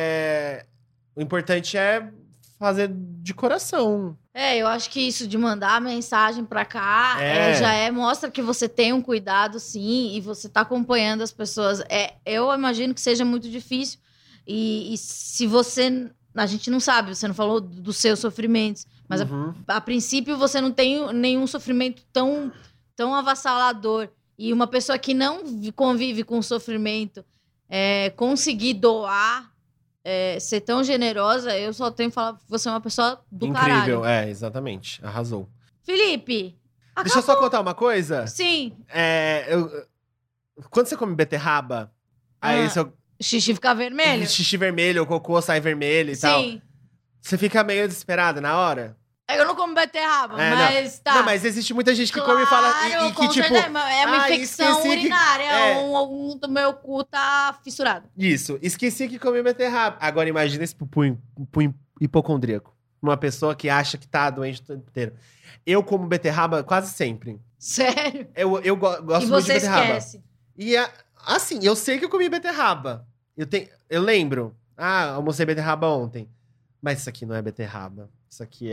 o importante é fazer de coração. Eu acho que isso de mandar mensagem pra cá mostra que você tem um cuidado, sim, e você tá acompanhando as pessoas. Eu imagino que seja muito difícil. E se você... A gente não sabe, você não falou dos seus sofrimentos, mas a princípio você não tem nenhum sofrimento tão avassalador. E uma pessoa que não convive com o sofrimento, conseguir doar, ser tão generosa, eu só tenho que falar que você é uma pessoa do Incrível, caralho. Exatamente. Arrasou. Felipe! Deixa eu só contar uma coisa. Sim. Quando você come beterraba, aí seu xixi fica vermelho? Xixi vermelho, o cocô sai vermelho e tal. Sim. Você fica meio desesperada na hora? Eu não como beterraba, mas tá. Não, mas existe muita gente que come e fala... E que, tipo, é uma infecção urinária. O meu cu tá fissurado. Isso. Esqueci que come beterraba. Agora imagina esse pupu hipocondríaco. Uma pessoa que acha que tá doente o tempo inteiro. Eu como beterraba quase sempre. Sério? Eu gosto muito de beterraba. E você esquece? E assim, eu sei que eu comi beterraba. Eu lembro. Almocei beterraba ontem. Mas isso aqui não é beterraba. Isso aqui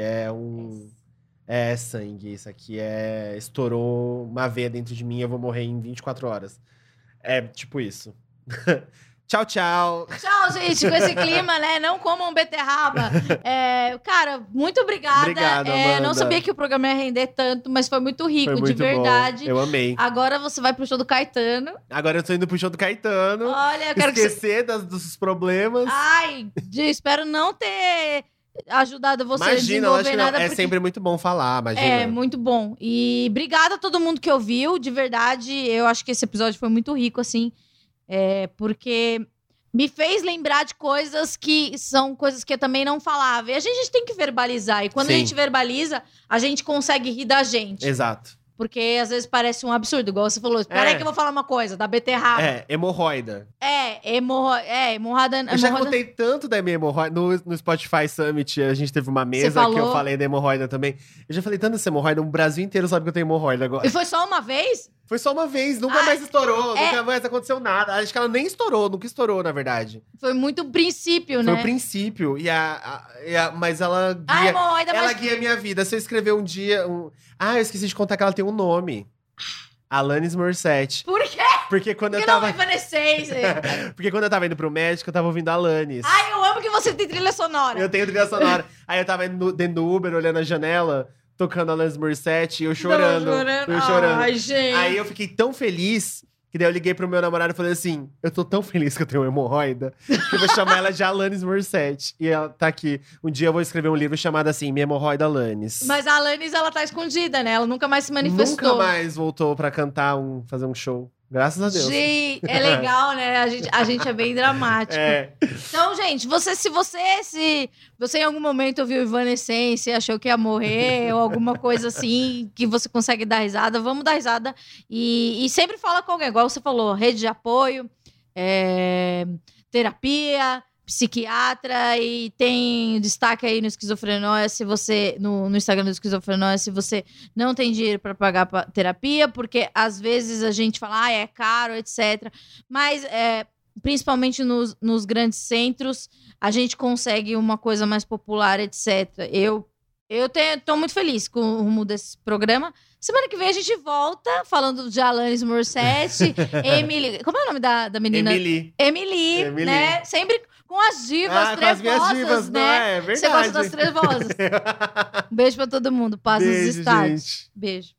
é sangue. Isso aqui estourou uma veia dentro de mim e eu vou morrer em 24 horas. É tipo isso. Tchau, tchau. Tchau, gente, com esse clima, né? Não comam beterraba. Cara, muito obrigada. Obrigado, Amanda. Não sabia que o programa ia render tanto, mas foi muito rico, foi muito de verdade. Bom. Eu amei. Agora você vai pro show do Caetano. Agora eu tô indo pro show do Caetano. Olha, eu quero esquecer dos problemas. Ai, espero não ter ajudado você a desenvolver nada. É sempre muito bom falar, imagina. É, muito bom. E obrigada a todo mundo que ouviu, de verdade. Eu acho que esse episódio foi muito rico, assim. Porque me fez lembrar de coisas que são coisas que eu também não falava. E a gente tem que verbalizar. E quando a gente verbaliza, a gente consegue rir da gente. Exato. Porque às vezes parece um absurdo, igual você falou. Espera aí que eu vou falar uma coisa, da beterraba. Hemorroida. Hemorroida. Eu já contei tanto da minha hemorroida. No Spotify Summit, a gente teve uma mesa que eu falei da hemorroida também. Eu já falei tanto dessa hemorroida, o Brasil inteiro sabe que eu tenho hemorroida agora. E foi só uma vez? Foi só uma vez, nunca mais estourou, nunca mais aconteceu nada. Acho que ela nem estourou, nunca estourou, na verdade. Foi muito princípio, né? Foi o princípio. Mas ela guia, ela guia a minha vida. Se eu escrever um dia... eu esqueci de contar que ela tem um nome. Alanis Morissette. Por quê? Porque quando eu tava... não Evanescence. Porque quando eu tava indo pro médico, eu tava ouvindo Alanis. Ai, eu amo que você tem trilha sonora. Eu tenho trilha sonora. Aí eu tava dentro do Uber, olhando a janela... tocando Alanis Morissette e eu chorando. Eu chorando. Ai, gente. Aí eu fiquei tão feliz que daí eu liguei pro meu namorado e falei assim: eu tô tão feliz que eu tenho uma hemorroida que eu vou chamar ela de Alanis Morissette. E ela tá aqui. Um dia eu vou escrever um livro chamado assim, Minha Hemorroida Alanis. Mas a Alanis, ela tá escondida, né? Ela nunca mais se manifestou. Nunca mais voltou pra cantar, fazer um show. Graças a Deus. Gente, é legal, né? A gente é bem dramático. É. Então, gente, se você em algum momento ouviu Evanescence e achou que ia morrer, ou alguma coisa assim, que você consegue dar risada, vamos dar risada. E sempre fala com alguém, igual você falou, rede de apoio, terapia, psiquiatra, e tem destaque aí no Esquizofrenóia, se você no Instagram do Esquizofrenóia, se você não tem dinheiro para pagar terapia, porque às vezes a gente fala, é caro, etc. Mas principalmente nos grandes centros, a gente consegue uma coisa mais popular, etc. Eu tô muito feliz com o rumo desse programa. Semana que vem a gente volta falando de Alanis Morissette, Emily. Como é o nome da menina? Emily, né? Sempre com as divas trevosas, com as minhas divas, né? não é verdade. Você gosta das trevosas. Um beijo pra todo mundo. Paz nos Beijo, estádios. gente. Beijo.